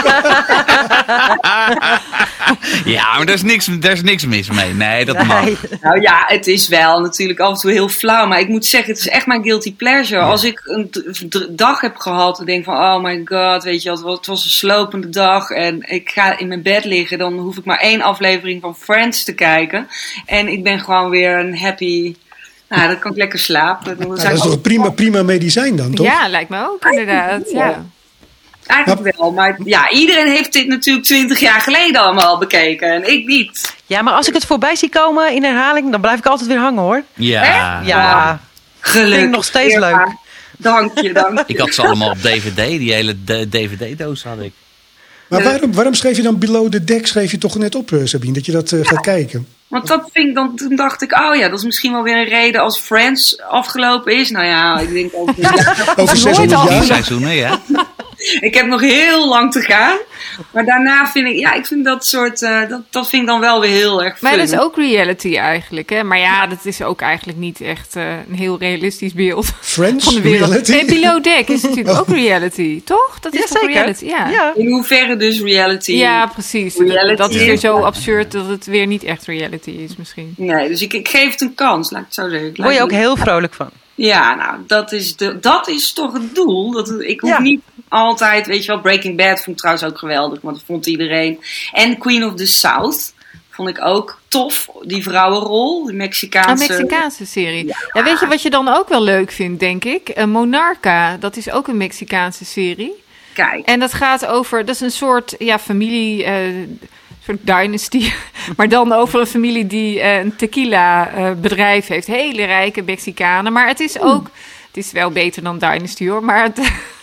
Ja, ja maar daar is, niks, daar is niks mis mee. Nee, dat mag. Nee. Nou ja, het is wel natuurlijk af en toe heel flauw, maar ik moet zeggen, het is echt mijn guilty pleasure. Als ik een d- d- dag heb gehad en denk van, oh my god, weet je, het was, het was een slopende dag en ik ga in mijn bed liggen, dan hoef ik maar één aflevering van Friends te kijken en ik ben gewoon weer een happy. Nou, dan kan ik lekker slapen. Dan Nou, zijn dat is toch een prima, prima medicijn dan, toch? Ja, lijkt me ook inderdaad. Ja. Eigenlijk wel, maar ja, iedereen heeft dit natuurlijk twintig jaar geleden allemaal bekeken en ik niet. Ja, maar als ik het voorbij zie komen in herhaling, dan blijf ik altijd weer hangen, hoor. Ja. Ja, Gelukkig. vind ik nog steeds Ja, leuk. Dank je, dank je. Ik had ze allemaal op D V D. Die hele D V D-doos had ik. Maar waarom, waarom schreef je dan Below the Deck, schreef je toch net op, uh, Sabine, dat je dat uh, gaat kijken? Want dat vind ik dan, toen dacht ik, oh ja, dat is misschien wel weer een reden als Friends afgelopen is. Nou ja, ik denk ook. Ja, Over nooit zeshonderd al. Die jaar? seizoenen, ja. ik heb nog heel lang te gaan. Maar daarna vind ik, ja, ik vind dat soort, uh, dat, dat vind ik dan wel weer heel erg fun. Maar dat is ook reality eigenlijk. Hè? Maar ja, dat is ook eigenlijk niet echt uh, een heel realistisch beeld Friends, van de wereld. reality? Nee, Below Deck is natuurlijk ook reality, toch? Dat is Ja, toch zeker. reality? Ja. Ja. In hoeverre dus reality? Ja, precies. Reality. Dat is weer zo absurd dat het weer niet echt reality is misschien. Nee, dus ik, ik geef het een kans, laat ik het zo zeggen. Ik Daar word je laat ook heel vrolijk van. Ja, nou, dat is, de, dat is toch het doel. Dat, het- ik hoef Ja. niet altijd, weet je wel, Breaking Bad vond ik trouwens ook geweldig, want dat vond iedereen. En Queen of the South vond ik ook tof, die vrouwenrol, die Een Mexicaanse. Mexicaanse serie. Ja, weet je wat je dan ook wel leuk vindt, denk ik? Uh, Monarca, dat is ook een Mexicaanse serie. Kijk, En dat gaat over, dat is een soort ja, familie, eh, een soort dynasty. Maar dan over een familie die eh, een tequila eh, bedrijf heeft. Hele rijke Mexicanen. Maar het is ook, het is wel beter dan Dynasty hoor. Maar het,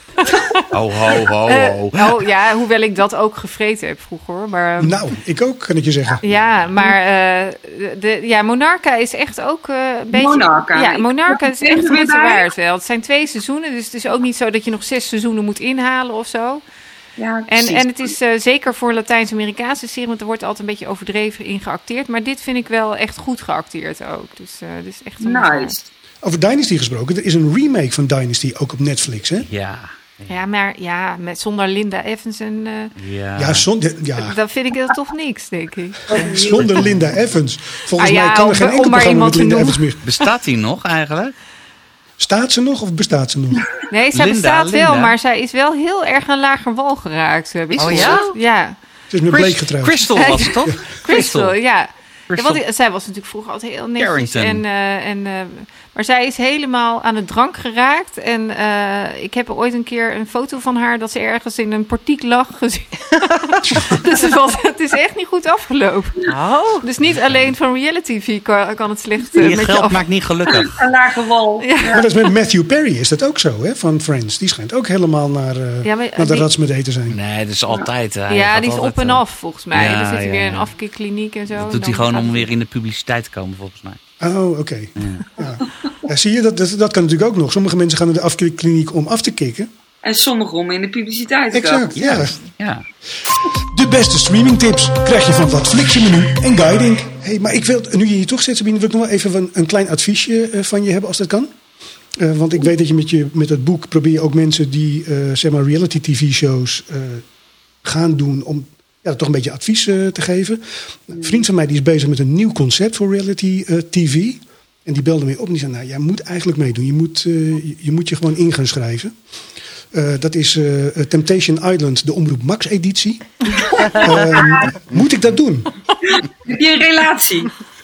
Ho, ho, ho, eh, ho. oh ja, hoewel ik dat ook gevreten heb vroeger hoor. Maar, ehm, Nou, ik ook, kan ik je zeggen. ja, maar eh, de, ja, Monarca is echt ook eh, een beetje... Monarca. Ja, Monarca is Wat echt de vinden we moeite daar? waard wel. Het zijn twee seizoenen, dus het is ook niet zo dat je nog zes seizoenen moet inhalen of zo. ja, En, precies. en het is uh, zeker voor Latijns-Amerikaanse serie, want er wordt altijd een beetje overdreven in geacteerd. Maar dit vind ik wel echt goed geacteerd ook. Dus uh, dit is echt een Nice. Over Dynasty gesproken, er is een remake van Dynasty ook op Netflix, hè? Ja. Ja, maar ja, met, zonder Linda Evans en... Uh, Ja. Ja, zonder, ja, dan vind ik dat toch niks, denk ik. zonder Linda Evans. Volgens Ah ja, mij kan om- er geen om enkel maar programma iemand met te Linda noemen. Evans meer. Bestaat die nog eigenlijk? Staat ze nog of bestaat ze nog? Nee, zij Linda, bestaat wel, Linda. maar zij is wel heel erg aan lager wal geraakt. Heb ik Oh gehoord. ja? Ja. Ze is met Blake getrouwd. Crystal was het, toch? Crystal, ja. Crystal. Ja, want zij was natuurlijk vroeger altijd heel netjes. Carrington. En, uh, en, uh, maar zij is helemaal aan het drank geraakt. En uh, ik heb ooit een keer een foto van haar dat ze ergens in een portiek lag gezien. Dus het, was, het is echt niet goed afgelopen. Oh. Dus niet alleen van reality T V kan, kan het slecht uh, Je met geld je af. maakt niet gelukkig. Een lage wal. Ja. Maar dat is met Matthew Perry is dat ook zo, hè, van Friends. Die schijnt ook helemaal naar, uh, Ja, maar, naar de die- ratsmedee te zijn. Nee, dat is altijd. Uh, Ja, die is op en af volgens mij. Ja, Dan zit hij ja, weer in ja. een afkeerkliniek en zo. Dat En doet dan hij gewoon gaat om het- weer in de publiciteit te komen, volgens mij. Oh, oké. Okay. Ja. Ja. Ja, zie je, dat, dat, dat kan natuurlijk ook nog. Sommige mensen gaan naar de afkeerkliniek om af te kicken. En sommigen om in de publiciteit te komen. Exact, ja. Ja. De beste streamingtips krijg je van Wat Flix Je Menu en Guiding. Hey, maar ik wil, nu je hier toch zit, Sabine, wil ik nog wel even een, een klein adviesje uh, van je hebben, als dat kan. Uh, want ik weet dat je met, je met het boek probeer je ook mensen die uh, zeg maar reality T V-shows uh, gaan doen om ja, toch een beetje advies uh, te geven. Een vriend van mij die is bezig met een nieuw concept voor reality uh, T V. En die belde mij op en die zei, nou, jij moet eigenlijk meedoen. Je moet, uh, je, je moet je gewoon in gaan schrijven. Uh, dat is uh, Temptation Island, de Omroep Max editie. uh, moet ik dat doen? Heb je een relatie?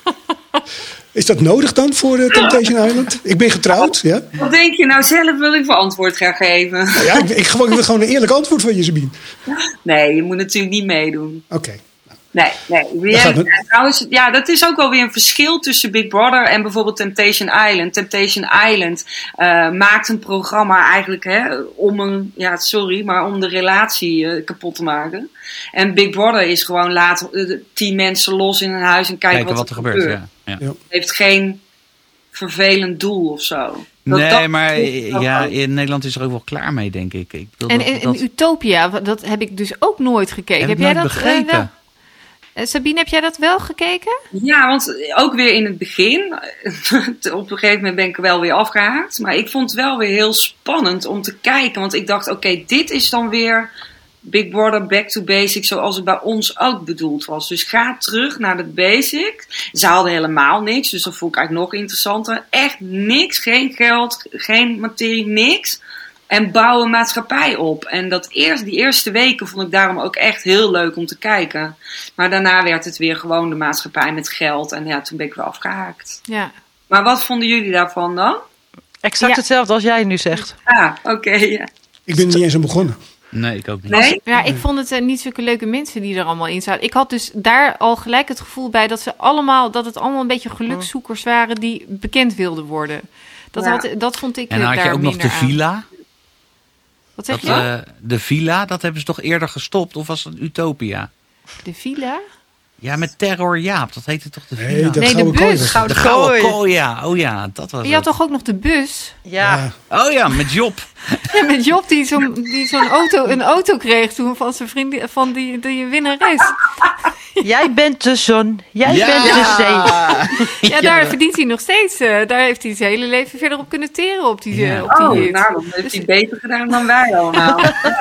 Is dat nodig dan voor uh, Temptation Island? Ik ben getrouwd, ja. Wat denk je nou zelf, wil ik voor antwoord gaan geven? Nou ja, ik, ik, gewoon, ik wil gewoon een eerlijk antwoord van je, Sabine. Nee, je moet natuurlijk niet meedoen. Oké. Okay. Nee, nee. Dat gaat Ja, met- trouwens, ja, dat is ook wel weer een verschil tussen Big Brother en bijvoorbeeld Temptation Island. Temptation Island uh, maakt een programma eigenlijk hè, om een, ja, sorry, maar om de relatie uh, kapot te maken. En Big Brother is gewoon laat uh, tien mensen los in een huis en kijken, Kijken wat er gebeurt. Ja. Ja. Ja. Het heeft geen vervelend doel of zo. Dat- Nee, dat- maar dat- ja, in Nederland is er ook wel klaar mee, denk ik. ik bedoel, En dat- in, dat in Utopia, dat heb ik dus ook nooit gekeken. heb Heb, ik jij nooit dat uh, begrepen. wel? Uh, Sabine, heb jij dat wel gekeken? Ja, want ook weer in het begin, op een gegeven moment ben ik er wel weer afgehaakt. Maar ik vond het wel weer heel spannend om te kijken. Want ik dacht, oké, okay, dit is dan weer Big Brother Back to Basic zoals het bij ons ook bedoeld was. Dus ga terug naar de basic. Ze hadden helemaal niks, dus dat vond ik eigenlijk nog interessanter. Echt niks, geen geld, geen materie, niks. En bouwen maatschappij op. En dat eerst, die eerste weken vond ik daarom ook echt heel leuk om te kijken. Maar daarna werd het weer gewoon de maatschappij met geld. En ja, toen ben ik weer afgehaakt. Ja. Maar wat vonden jullie daarvan dan? Exact Ja. hetzelfde als jij nu zegt. Ah, oké, okay, ja. Ik ben er niet eens aan begonnen. Nee, ik ook niet. Nee? Ja, ik vond het uh, niet zulke leuke mensen die er allemaal in zaten. Ik had dus daar al gelijk het gevoel bij dat ze allemaal, dat het allemaal een beetje gelukszoekers waren die bekend wilden worden. Dat, Ja. had, dat vond ik En dan uh, had je daar ook nog de minder aan. villa. Wat zeg Dat, je? uh, de villa, dat hebben ze toch eerder gestopt? Of was dat Utopia? De villa? Ja, met Terror Jaap. Dat heette toch de villa? Nee, dat Nee, de gouden kooi bus. was. Gouden de Gouden Kooi. Kooi, ja. Oh ja, dat was Je had het. toch ook nog de bus? Ja. Ja. Oh ja, met Job. Ja, met Job die zo'n die zo'n auto, een auto kreeg toen van zijn vriendin, van die, die winnares. Jij bent de zon, jij Ja. bent de zee. Ja, daar verdient hij nog steeds. uh, daar heeft hij zijn hele leven verder op kunnen teren op die, Ja. uh, op die Oh, hit. nou, dan heeft hij beter gedaan dan wij allemaal.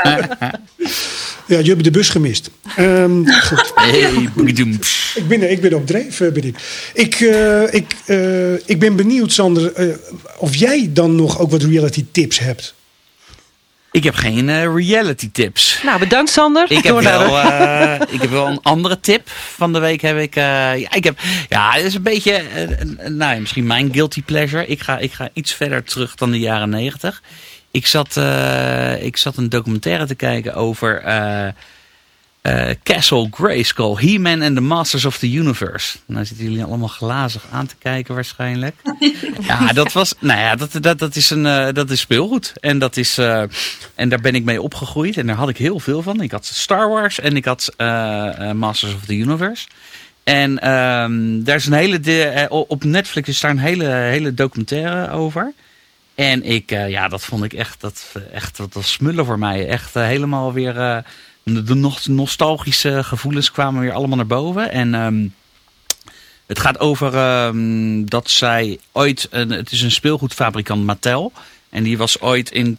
Ja, je hebt de bus gemist. Um, goed. Hey, boegedoem. Pss. Ik ben, ik ben op dreef, uh, ben ik. Ik, uh, ik, uh, ik ben benieuwd, Sander, uh, of jij dan nog ook wat reality tips hebt. Ik heb geen uh, reality tips. Nou, bedankt Sander. Ik heb, Door naar de- wel, uh, ik heb wel een andere tip. Van de week heb ik... Uh, ja, ik heb, ja, het is een beetje... Uh, uh, nou, misschien mijn guilty pleasure. Ik ga, ik ga iets verder terug dan de jaren negentig. Ik zat, uh, ik zat een documentaire te kijken over... Uh, uh, Castle Grayskull. He-Man and the Masters of the Universe. Nou zitten jullie allemaal glazig aan te kijken waarschijnlijk. Ja, dat was... Nou ja, dat, dat, dat, is, een, uh, dat is speelgoed. En, dat is, uh, en daar ben ik mee opgegroeid. En daar had ik heel veel van. Ik had Star Wars en ik had uh, uh, Masters of the Universe. En um, daar is een hele... De, uh, op Netflix is daar een hele, hele documentaire over. En ik, uh, ja, dat vond ik echt... Dat, echt dat was smullen voor mij. Echt uh, helemaal weer... Uh, de nog nostalgische gevoelens kwamen weer allemaal naar boven. En um, het gaat over um, dat zij ooit... Een, het is een speelgoedfabrikant Mattel. En die was ooit in,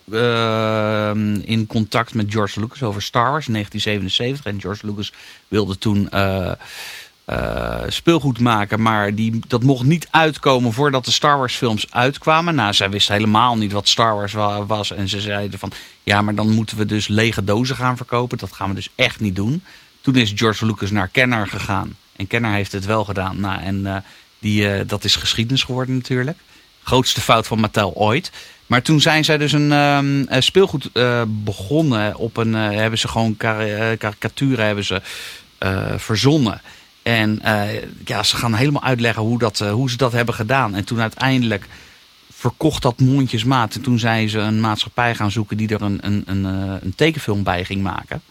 uh, in contact met George Lucas over Star Wars in negentien zevenenzeventig. En George Lucas wilde toen... Uh, Uh, speelgoed maken, maar die, dat mocht niet uitkomen voordat de Star Wars films uitkwamen. Nou, zij wist helemaal niet wat Star Wars wa- was en ze zeiden van, ja, maar dan moeten we dus lege dozen gaan verkopen. Dat gaan we dus echt niet doen. Toen is George Lucas naar Kenner gegaan. En Kenner heeft het wel gedaan. Nou, en uh, die, uh, dat is geschiedenis geworden natuurlijk. Grootste fout van Mattel ooit. Maar toen zijn zij dus een um, speelgoed uh, begonnen. Op een, uh, hebben ze gewoon karikaturen hebben ze uh, verzonnen. En uh, ja, ze gaan helemaal uitleggen hoe, dat, uh, hoe ze dat hebben gedaan. En toen uiteindelijk verkocht dat mondjesmaat. En toen zijn ze een maatschappij gaan zoeken die er een, een, een, een tekenfilm bij ging maken.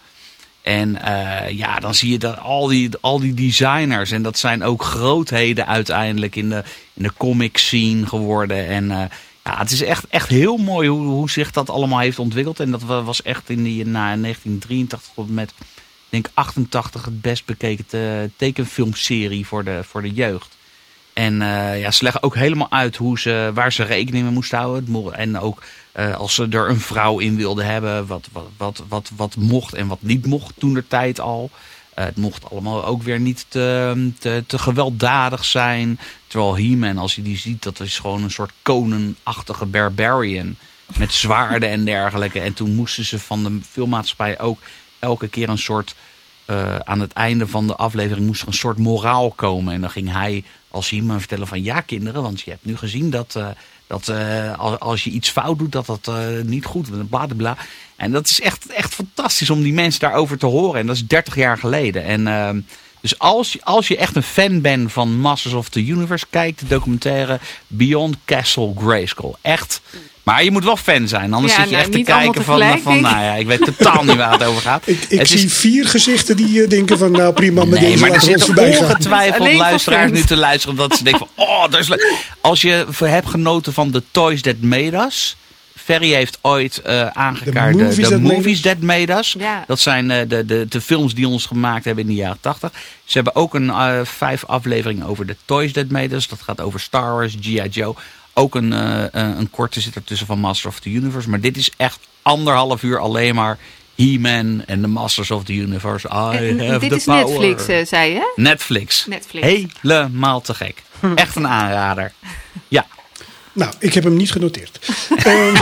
En uh, ja, dan zie je dat al die, al die designers. En dat zijn ook grootheden uiteindelijk in de, in de comic scene geworden. En uh, ja, het is echt, echt heel mooi hoe, hoe zich dat allemaal heeft ontwikkeld. En dat was echt in die na negentien drieëntachtig tot met, ik denk achtentachtig, het best bekeken te, tekenfilmserie voor de, voor de jeugd. En uh, ja, ze leggen ook helemaal uit hoe ze, waar ze rekening mee moesten houden. En ook uh, als ze er een vrouw in wilden hebben, wat, wat, wat, wat, wat mocht en wat niet mocht toen der tijd al. Uh, het mocht allemaal ook weer niet te, te, te gewelddadig zijn. Terwijl He-Man, als je die ziet, dat is gewoon een soort Conan-achtige barbarian. Met zwaarden en dergelijke. En toen moesten ze van de filmmaatschappij ook elke keer een soort... Uh, aan het einde van de aflevering moest er een soort moraal komen. En dan ging hij als He-Man vertellen van... ja kinderen, want je hebt nu gezien dat... Uh, dat uh, als, als je iets fout doet, dat dat uh, niet goed is. Bla, bla, bla. En dat is echt, echt fantastisch om die mensen daarover te horen. En dat is dertig jaar geleden. En uh, dus als, als je echt een fan bent van Masters of the Universe... kijk de documentaire Beyond Castle Grayskull. Echt... Maar je moet wel fan zijn, anders ja, zit je nou, echt te kijken van, van, nou ja, ik weet totaal niet waar het over gaat. Ik, ik het zie is... vier gezichten die uh, denken van, nou prima, met nee, deze maar er zitten ongetwijfeld luisteraars nu te luisteren, omdat ze denken van, oh, dat is leuk. Als je hebt genoten van The Toys That Made Us, Ferry heeft ooit uh, aangekaart de Movies, that, movies that Made Us. Ja. Dat zijn uh, de, de, de films die ons gemaakt hebben in de jaren tachtig. Ze hebben ook een uh, vijf afleveringen over The Toys That Made Us. Dat gaat over Star Wars, G I. Joe. Ook een, uh, een korte zit ertussen van Master of the Universe. Maar dit is echt anderhalf uur alleen maar He-Man en de Masters of the Universe. I en, have dit the is power. Netflix, uh, zei je? Netflix. Netflix. Helemaal te gek. Echt een aanrader. Ja. Nou, ik heb hem niet genoteerd. um,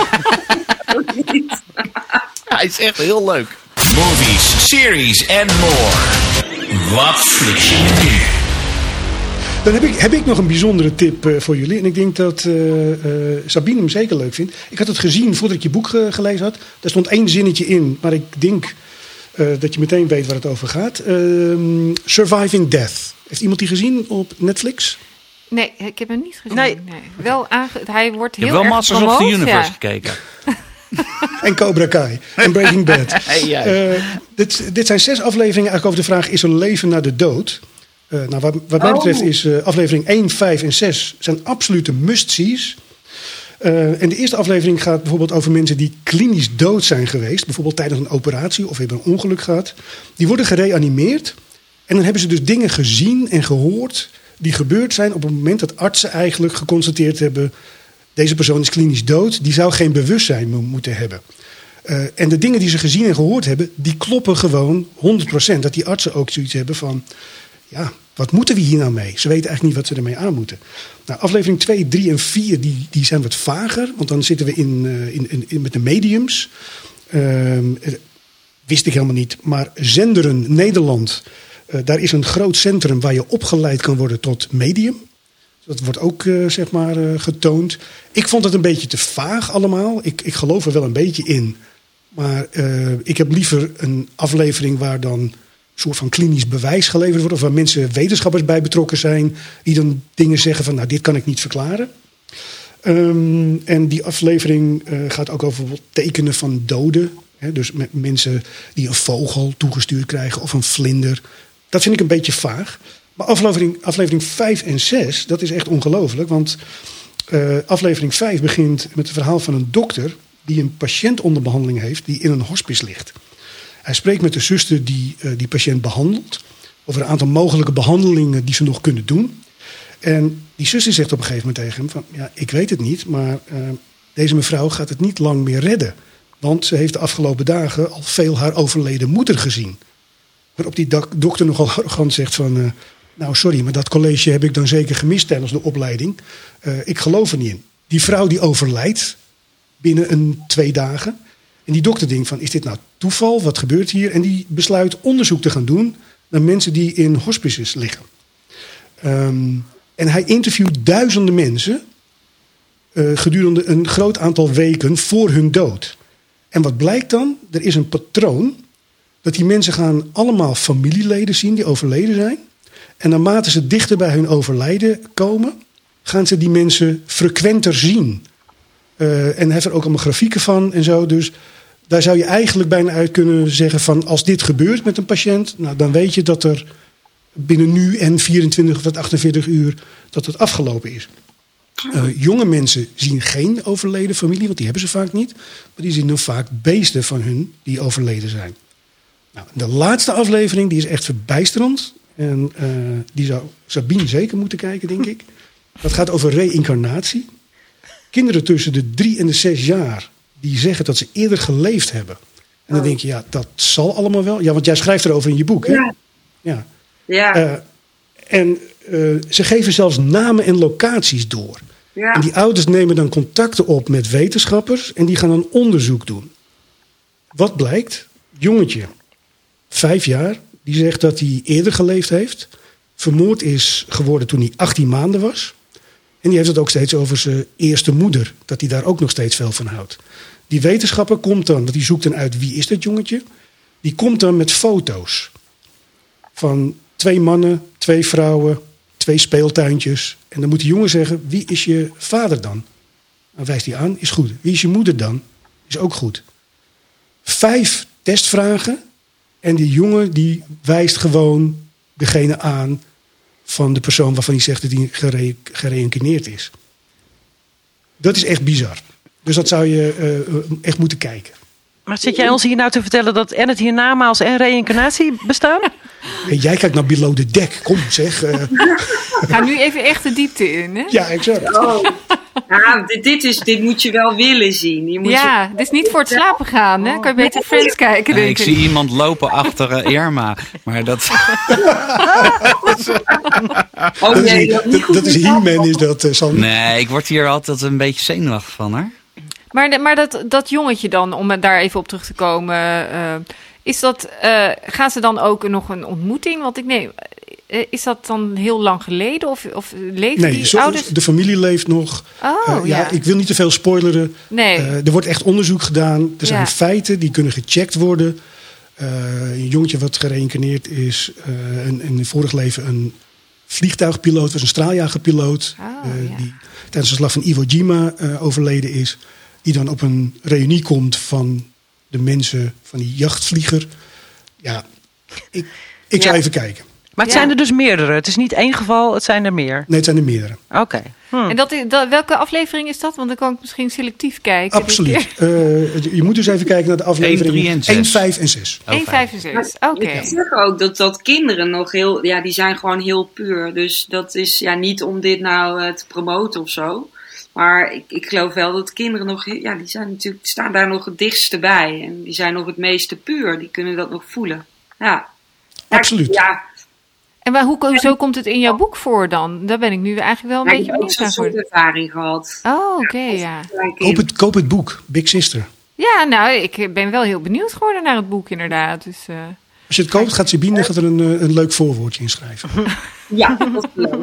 Hij is echt heel leuk. Movies, series en more. Wat fliks je nu? Dan heb ik, heb ik nog een bijzondere tip uh, voor jullie. En ik denk dat uh, uh, Sabine hem zeker leuk vindt. Ik had het gezien voordat ik je boek uh, gelezen had. Daar stond één zinnetje in, maar ik denk uh, dat je meteen weet waar het over gaat. Uh, Surviving Death. Heeft iemand die gezien op Netflix? Nee, ik heb hem niet gezien. Nee. nee. Wel aange- hij wordt heel je hebt wel erg Masters promoot, of the Universe ja. gekeken. En Cobra Kai. En Breaking Bad. Hey, uh, dit, dit zijn zes afleveringen eigenlijk over de vraag... is er leven na de dood? Uh, nou, wat, wat mij betreft is uh, aflevering één, vijf en zes... zijn absolute must-sees. Uh, en de eerste aflevering gaat bijvoorbeeld over mensen... die klinisch dood zijn geweest. Bijvoorbeeld tijdens een operatie of hebben een ongeluk gehad. Die worden gereanimeerd. En dan hebben ze dus dingen gezien en gehoord... die gebeurd zijn op het moment dat artsen eigenlijk geconstateerd hebben... deze persoon is klinisch dood, die zou geen bewustzijn mo- moeten hebben. Uh, en de dingen die ze gezien en gehoord hebben, die kloppen gewoon honderd procent. Dat die artsen ook zoiets hebben van, ja, wat moeten we hier nou mee? Ze weten eigenlijk niet wat ze ermee aan moeten. Nou, aflevering twee, drie en vier, die, die zijn wat vager. Want dan zitten we in, uh, in, in, in met de mediums. Uh, wist ik helemaal niet. Maar Zenderen, Nederland... Uh, daar is een groot centrum waar je opgeleid kan worden tot medium. Dat wordt ook uh, zeg maar uh, getoond. Ik vond het een beetje te vaag allemaal. Ik, ik geloof er wel een beetje in. Maar uh, ik heb liever een aflevering waar dan een soort van klinisch bewijs geleverd wordt. Of waar mensen, wetenschappers bij betrokken zijn. Die dan dingen zeggen van, nou, dit kan ik niet verklaren. Um, en die aflevering uh, gaat ook over tekenen van doden. Hè, dus met mensen die een vogel toegestuurd krijgen of een vlinder. Dat vind ik een beetje vaag. Maar aflevering, aflevering vijf en zes, dat is echt ongelooflijk. Want uh, aflevering vijf begint met het verhaal van een dokter... die een patiënt onder behandeling heeft die in een hospice ligt. Hij spreekt met de zuster die uh, die patiënt behandelt... over een aantal mogelijke behandelingen die ze nog kunnen doen. En die zuster zegt op een gegeven moment tegen hem... van, ja, ik weet het niet, maar uh, deze mevrouw gaat het niet lang meer redden. Want ze heeft de afgelopen dagen al veel haar overleden moeder gezien. Waarop die dokter nogal arrogant zegt van... Uh, nou, sorry, maar dat college heb ik dan zeker gemist tijdens de opleiding. Uh, ik geloof er niet in. Die vrouw die overlijdt binnen een twee dagen. En die dokter denkt van, is dit nou toeval? Wat gebeurt hier? En die besluit onderzoek te gaan doen naar mensen die in hospices liggen. Um, en hij interviewt duizenden mensen uh, gedurende een groot aantal weken voor hun dood. En wat blijkt dan? Er is een patroon dat die mensen gaan allemaal familieleden zien die overleden zijn. En naarmate ze dichter bij hun overlijden komen, gaan ze die mensen frequenter zien. Uh, en hij heeft er ook allemaal grafieken van en zo. Dus daar zou je eigenlijk bijna uit kunnen zeggen van, als dit gebeurt met een patiënt, nou, dan weet je dat er binnen nu en vierentwintig tot achtenveertig uur dat het afgelopen is. Uh, jonge mensen zien geen overleden familie, want die hebben ze vaak niet. Maar die zien dan vaak beesten van hun die overleden zijn. Nou, de laatste aflevering die is echt verbijsterend. En uh, die zou Sabine zeker moeten kijken, denk ik. Dat gaat over reïncarnatie. Kinderen tussen de drie en de zes jaar die zeggen dat ze eerder geleefd hebben. En dan denk je, ja, dat zal allemaal wel. Ja, want jij schrijft erover in je boek, hè? Ja. Ja. Ja. Uh, en uh, ze geven zelfs namen en locaties door. Ja. En die ouders nemen dan contacten op met wetenschappers en die gaan een onderzoek doen. Wat blijkt? Jongetje, vijf jaar, die zegt dat hij eerder geleefd heeft. Vermoord is geworden toen hij achttien maanden was. En die heeft het ook steeds over zijn eerste moeder. Dat hij daar ook nog steeds veel van houdt. Die wetenschapper komt dan, want die zoekt dan uit wie is dat jongetje. Die komt dan met foto's. Van twee mannen, twee vrouwen, twee speeltuintjes. En dan moet die jongen zeggen, wie is je vader dan? Dan wijst hij aan, is goed. Wie is je moeder dan? Is ook goed. Vijf testvragen. En die jongen die wijst gewoon degene aan van de persoon waarvan hij zegt dat hij gere- gereïncarneerd is. Dat is echt bizar. Dus dat zou je uh, echt moeten kijken. Maar zit jij ons hier nou te vertellen dat en het hiernamaals en reïncarnatie bestaan? Hey, jij kijkt naar Below the Deck. Kom zeg. Uh... Ga nu even echt de diepte in, hè? Ja, exact. Oh. Ja, dit, dit, is, dit moet je wel willen zien. Je moet ja, je... dit is niet voor het slapen gaan, hè? Kan je beter Friends kijken, Nee, denk ik ik. zie iemand lopen achter uh, Irma. Maar dat... Oh, Dat nee, is, dat, dat, dat is He-Man, is dat, uh, Sander? Nee, ik word hier altijd een beetje zenuwachtig van, hè? Maar, de- maar dat, dat jongetje dan, om daar even op terug te komen, uh, is dat, uh, gaan ze dan ook nog een ontmoeting? Want ik nee, uh, is dat dan heel lang geleden of, of leven Nee, die zo, ouders? de familie leeft nog. Oh, Uh, ja, ja. ik wil niet te veel spoileren. Nee. Uh, er wordt echt onderzoek gedaan. Er zijn Ja. feiten die kunnen gecheckt worden. Uh, een jongetje wat gereïncarneerd is, uh, in, in vorig leven een vliegtuigpiloot, was een straaljagerpiloot. Oh, uh, ja. Die tijdens de slag van Iwo Jima uh, overleden is. Die dan op een reunie komt van de mensen van die jachtvlieger. Ja, ik, ik zou Ja. even kijken. Maar het Ja. zijn er dus meerdere. Het is niet één geval, het zijn er meer. Nee, het zijn er meerdere. Oké. Hm. En dat, is- dat, welke aflevering is dat? Want dan kan ik misschien selectief kijken. dit Absoluut. keer. Uh, je moet dus even kijken naar de één, afleveringen drie en zes. één, vijf en zes. Oh, één, vijf en zes. Oké. Ik zeg ook dat, dat kinderen nog heel... Ja, die zijn gewoon heel puur. Dus dat is ja, niet om dit nou uh, te promoten of zo. Maar ik, ik geloof wel dat kinderen nog... Ja, die zijn natuurlijk, staan daar nog het dichtste bij. En die zijn nog het meeste puur. Die kunnen dat nog voelen. Ja. Absoluut. Ja, En waar, hoe, hoezo komt het in jouw boek voor dan? Daar ben ik nu eigenlijk wel een maar ik beetje heb ook benieuwd zo'n naar soort geworden. ervaring gehad. Oh, oké, ja. Koop het, koop het boek, Big Sister. Ja, nou, ik ben wel heel benieuwd geworden naar het boek inderdaad. Dus, uh, Als je het koopt, gaat Sabine gaat er een, uh, een leuk voorwoordje in schrijven. Ja, dat is leuk.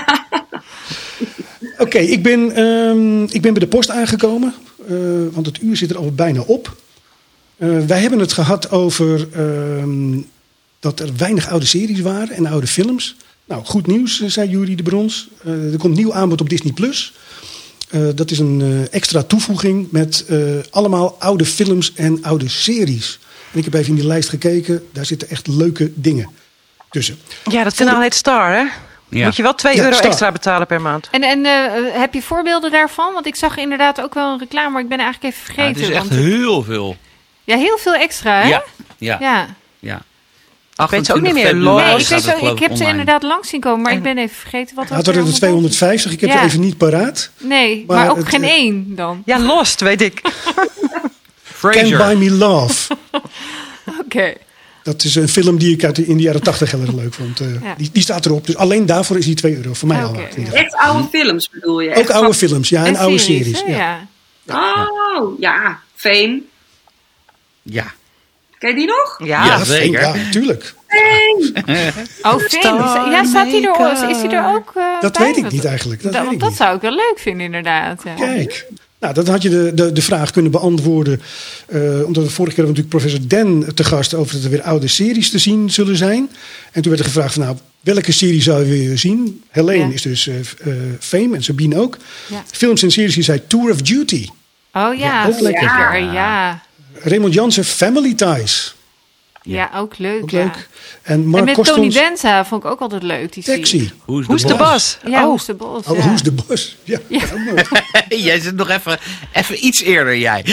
Oké, okay, ik, ben, um, ik ben bij de post aangekomen. Uh, want het uur zit er al bijna op. Uh, wij hebben het gehad over um, dat er weinig oude series waren en oude films. Nou, goed nieuws, zei Jury de Brons. Uh, er komt nieuw aanbod op Disney plus. Uh, dat is een uh, extra toevoeging met uh, allemaal oude films en oude series. En ik heb even in die lijst gekeken. Daar zitten echt leuke dingen tussen. Ja, dat kanaal heet Star, hè? Ja. Moet je wel twee Ja, euro Star. extra betalen per maand. en en uh, heb je voorbeelden daarvan? Want ik zag inderdaad ook wel een reclame, maar ik ben eigenlijk even Ja, vergeten. het is echt want, heel veel. ja, heel veel extra, hè? Ja, ja, ja. Ja. weet ze ook niet meer. februari Nee, ik, staat weet het, zo, geloof ik heb ze online. inderdaad langs zien komen, maar ik ben even vergeten wat Ja, was het waren er er tweehonderdvijftig. Ik heb Ja. er even niet paraat. Nee, Maar maar, ook het, geen uh, één dan. Ja, Lost, weet ik. Can't Frasier. Buy Me Love. Oké. Dat is een film die ik uit de, in de jaren tachtig heel erg leuk vond. Uh, Ja. die, die staat erop. Dus alleen daarvoor is die twee euro. Voor mij Ah, al oké, waard, in ieder ja. geval. Echt oude films bedoel je? Ook Echt oude films, ja. En, oude series. hè? Ja. Ja. Oh, ja. Fame. Ja. Ken je die nog? Ja, Ja, zeker. Ja, natuurlijk. Oh, Finn. Ja, staat die er, is hij er ook uh, Dat bij? weet ik Want- niet eigenlijk. Dat dat, weet want ik dat niet. zou ik wel leuk vinden, inderdaad. Ja. Kijk. Nou, dan had je de, de, de vraag kunnen beantwoorden. Uh, omdat we vorige keer hadden we natuurlijk professor Dan te gast over dat er weer oude series te zien zullen zijn. En toen werd er gevraagd van nou, welke serie zou je willen zien? Helene Ja. is dus uh, uh, Fame en Sabine ook. Ja. Films en series die zei Tour of Duty. Oh ja, ook lekker. zeker. Ja. Raymond Jansen, Family Ties. Ja, ook leuk. Ook ja. leuk. En En Mark met Tony Kostons, Danza vond ik ook altijd leuk, die serie. Taxi. Hoe Hoe is de bas? Ja, Oh. Hoe is de Bos? Oh, ja. Hoe is de Bos? Ja, ja. ook mooi. Jij zit nog even, even iets eerder, jij.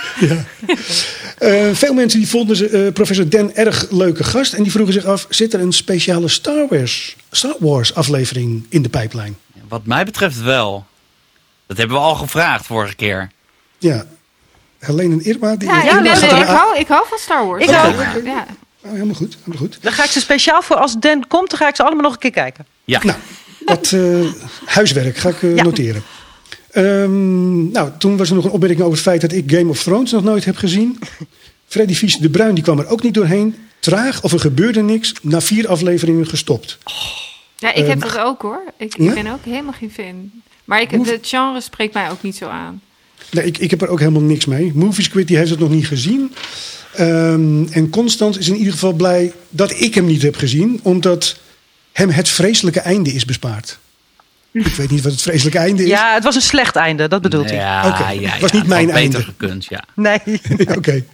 Uh, veel mensen die vonden ze, uh, professor Dan erg leuke gast. En die vroegen zich af, zit er een speciale Star Wars, Star Wars aflevering in de pijplijn? Wat mij betreft wel. Dat hebben we al gevraagd vorige keer. Ja. Helene en Irma. Die Ja, Irma ja, nee, gaat nee, er- ik, hou, ik hou van Star Wars. Ik ja. ook. Ja. Oh, helemaal goed, helemaal goed. Dan ga ik ze speciaal voor als Dan komt, dan ga ik ze allemaal nog een keer kijken. Ja. Nou, dat uh, huiswerk ga ik uh, Ja. noteren. Um, nou, toen was er nog een opmerking over het feit dat ik Game of Thrones nog nooit heb gezien. Freddy Vies de Bruin die kwam er ook niet doorheen. Traag of er gebeurde niks. Na vier afleveringen gestopt. Ja, ik heb Uh, dat ook hoor. Ik, ja? ik ben ook helemaal geen fan. Maar ik, Hoe- het genre spreekt mij ook niet zo aan. Nee, ik, ik heb er ook helemaal niks mee. Movie Squid die heeft het nog niet gezien. Um, en Constance is in ieder geval blij dat ik hem niet heb gezien. Omdat hem het vreselijke einde is bespaard. Ik weet niet wat het vreselijke einde is. Ja, het was een slecht einde, dat bedoelt hij. Ja, Oké, ja, het was ja, niet mijn had beter einde. gekund, ja. Nee. Oké.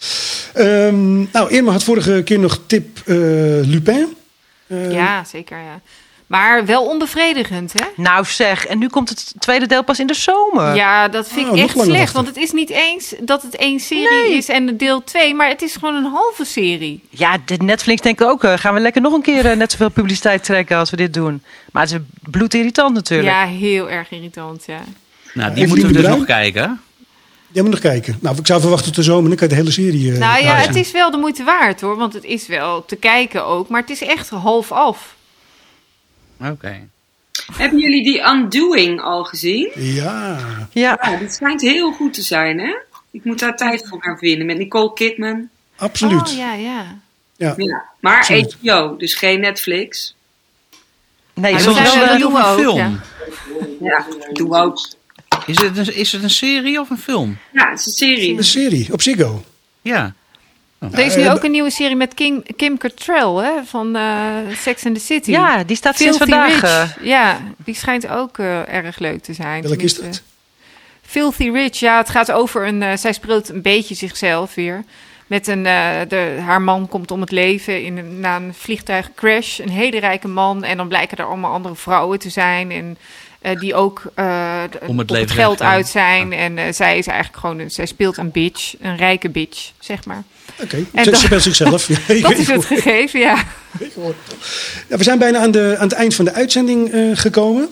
Um, nou, Irma had vorige keer nog tip uh, Lupin. Uh, Ja, zeker ja. Maar wel onbevredigend, hè? Nou zeg, en nu komt het tweede deel pas in de zomer. Ja, dat vind Oh, ik nog echt langer slecht. wachten. Want het is niet eens dat het één serie Nee. is en deel twee. Maar het is gewoon een halve serie. Ja, de Netflix denkt ook, uh, gaan we lekker nog een keer uh, net zoveel publiciteit trekken als we dit doen. Maar het is bloedirritant natuurlijk. Ja, heel erg irritant, ja. Nou, die Heeft moeten we Lieve dus Bruin? nog kijken. Jij moet nog kijken. Nou, ik zou verwachten tot de zomer. Dan kan je de hele serie uh, Nou ja, aanzien. het is wel de moeite waard hoor. Want het is wel te kijken ook. Maar het is echt half af. Oké. Hebben jullie die Undoing al gezien? Ja. Ja. Ja, die schijnt heel goed te zijn, hè? Ik moet daar tijd voor gaan vinden met Nicole Kidman. Absoluut. Oh ja, ja. Ja. Ja. Maar Absoluut. H B O, dus geen Netflix. Nee, Ja, Is dat dat soms zijn wel we- een doen we ook, film? ja. Ja, doe ook. Is het, een, is het een serie of een film? Ja, het is een serie. Een serie op Ziggo. Ja. Er is nu Eh, ook een nieuwe serie met Kim, Kim Cattrall hè, van uh, Sex and the City. Ja, die staat sinds Filthy vandaag. Rich. uh, Ja, die schijnt ook uh, erg leuk te zijn. Welke is tenminste. dat? Filthy Rich, ja, het gaat over een... Uh, zij speelt een beetje zichzelf weer. Met een, uh, de, haar man komt om het leven in een, na een vliegtuigcrash. Een hele rijke man. En dan blijken er allemaal andere vrouwen te zijn. En uh, die ook uh, Om het op leven het geld weggaan. uit zijn. En uh, zij is eigenlijk gewoon... Een, zij speelt een bitch. Een rijke bitch, zeg maar. Oké, En ze dat- speelt zichzelf. Ja, ik Dat weet is het wel. gegeven, ja. Ja, we zijn bijna aan, de, aan het eind van de uitzending uh, gekomen.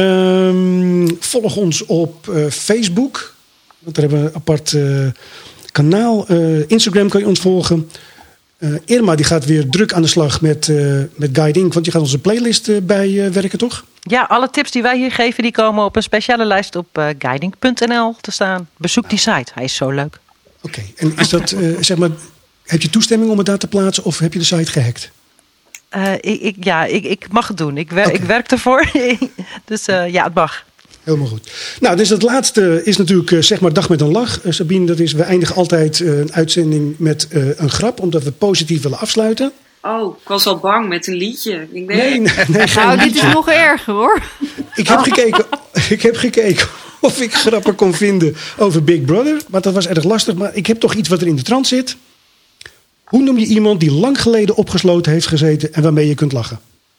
Um, volg ons op uh, Facebook. Want daar hebben we een apart uh, kanaal. Uh, Instagram kan je ons volgen. Uh, Irma die gaat weer druk aan de slag met, uh, met Guiding. Want je gaat onze playlist uh, bijwerken, uh, toch? Ja, alle tips die wij hier geven, die komen op een speciale lijst op uh, guiding punt n l te staan. Bezoek die site, hij is zo leuk. Oké, okay. En is dat, uh, zeg maar, heb je toestemming om het daar te plaatsen of heb je de site gehackt? Uh, ik, ik, ja, ik, ik mag het doen. Ik, wer, Okay. ik werk ervoor. Dus uh, ja, het mag. Helemaal goed. Nou, dus het laatste is natuurlijk uh, zeg maar dag met een lach. Uh, Sabine, dat is, we eindigen altijd uh, een uitzending met uh, een grap, omdat we positief willen afsluiten. Oh, ik was al bang met een liedje. Ik denk, Nee, nee, nee geen Nou, dit liedje. is nog erger, hoor. Ik heb, gekeken, ik heb gekeken of ik grappen kon vinden over Big Brother. Maar dat was erg lastig. Maar ik heb toch iets wat er in de trant zit. Hoe noem je iemand die lang geleden opgesloten heeft gezeten en waarmee je kunt lachen?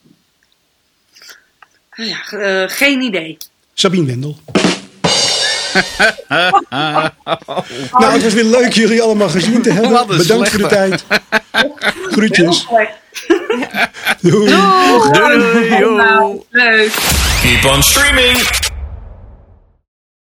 ja, uh, geen idee. Sabine Wendel. Nou, het was weer leuk jullie allemaal gezien te hebben. Wat een Bedankt voor de tijd. Groetjes. Doei. Doei. Nou, leuk. Keep on streaming.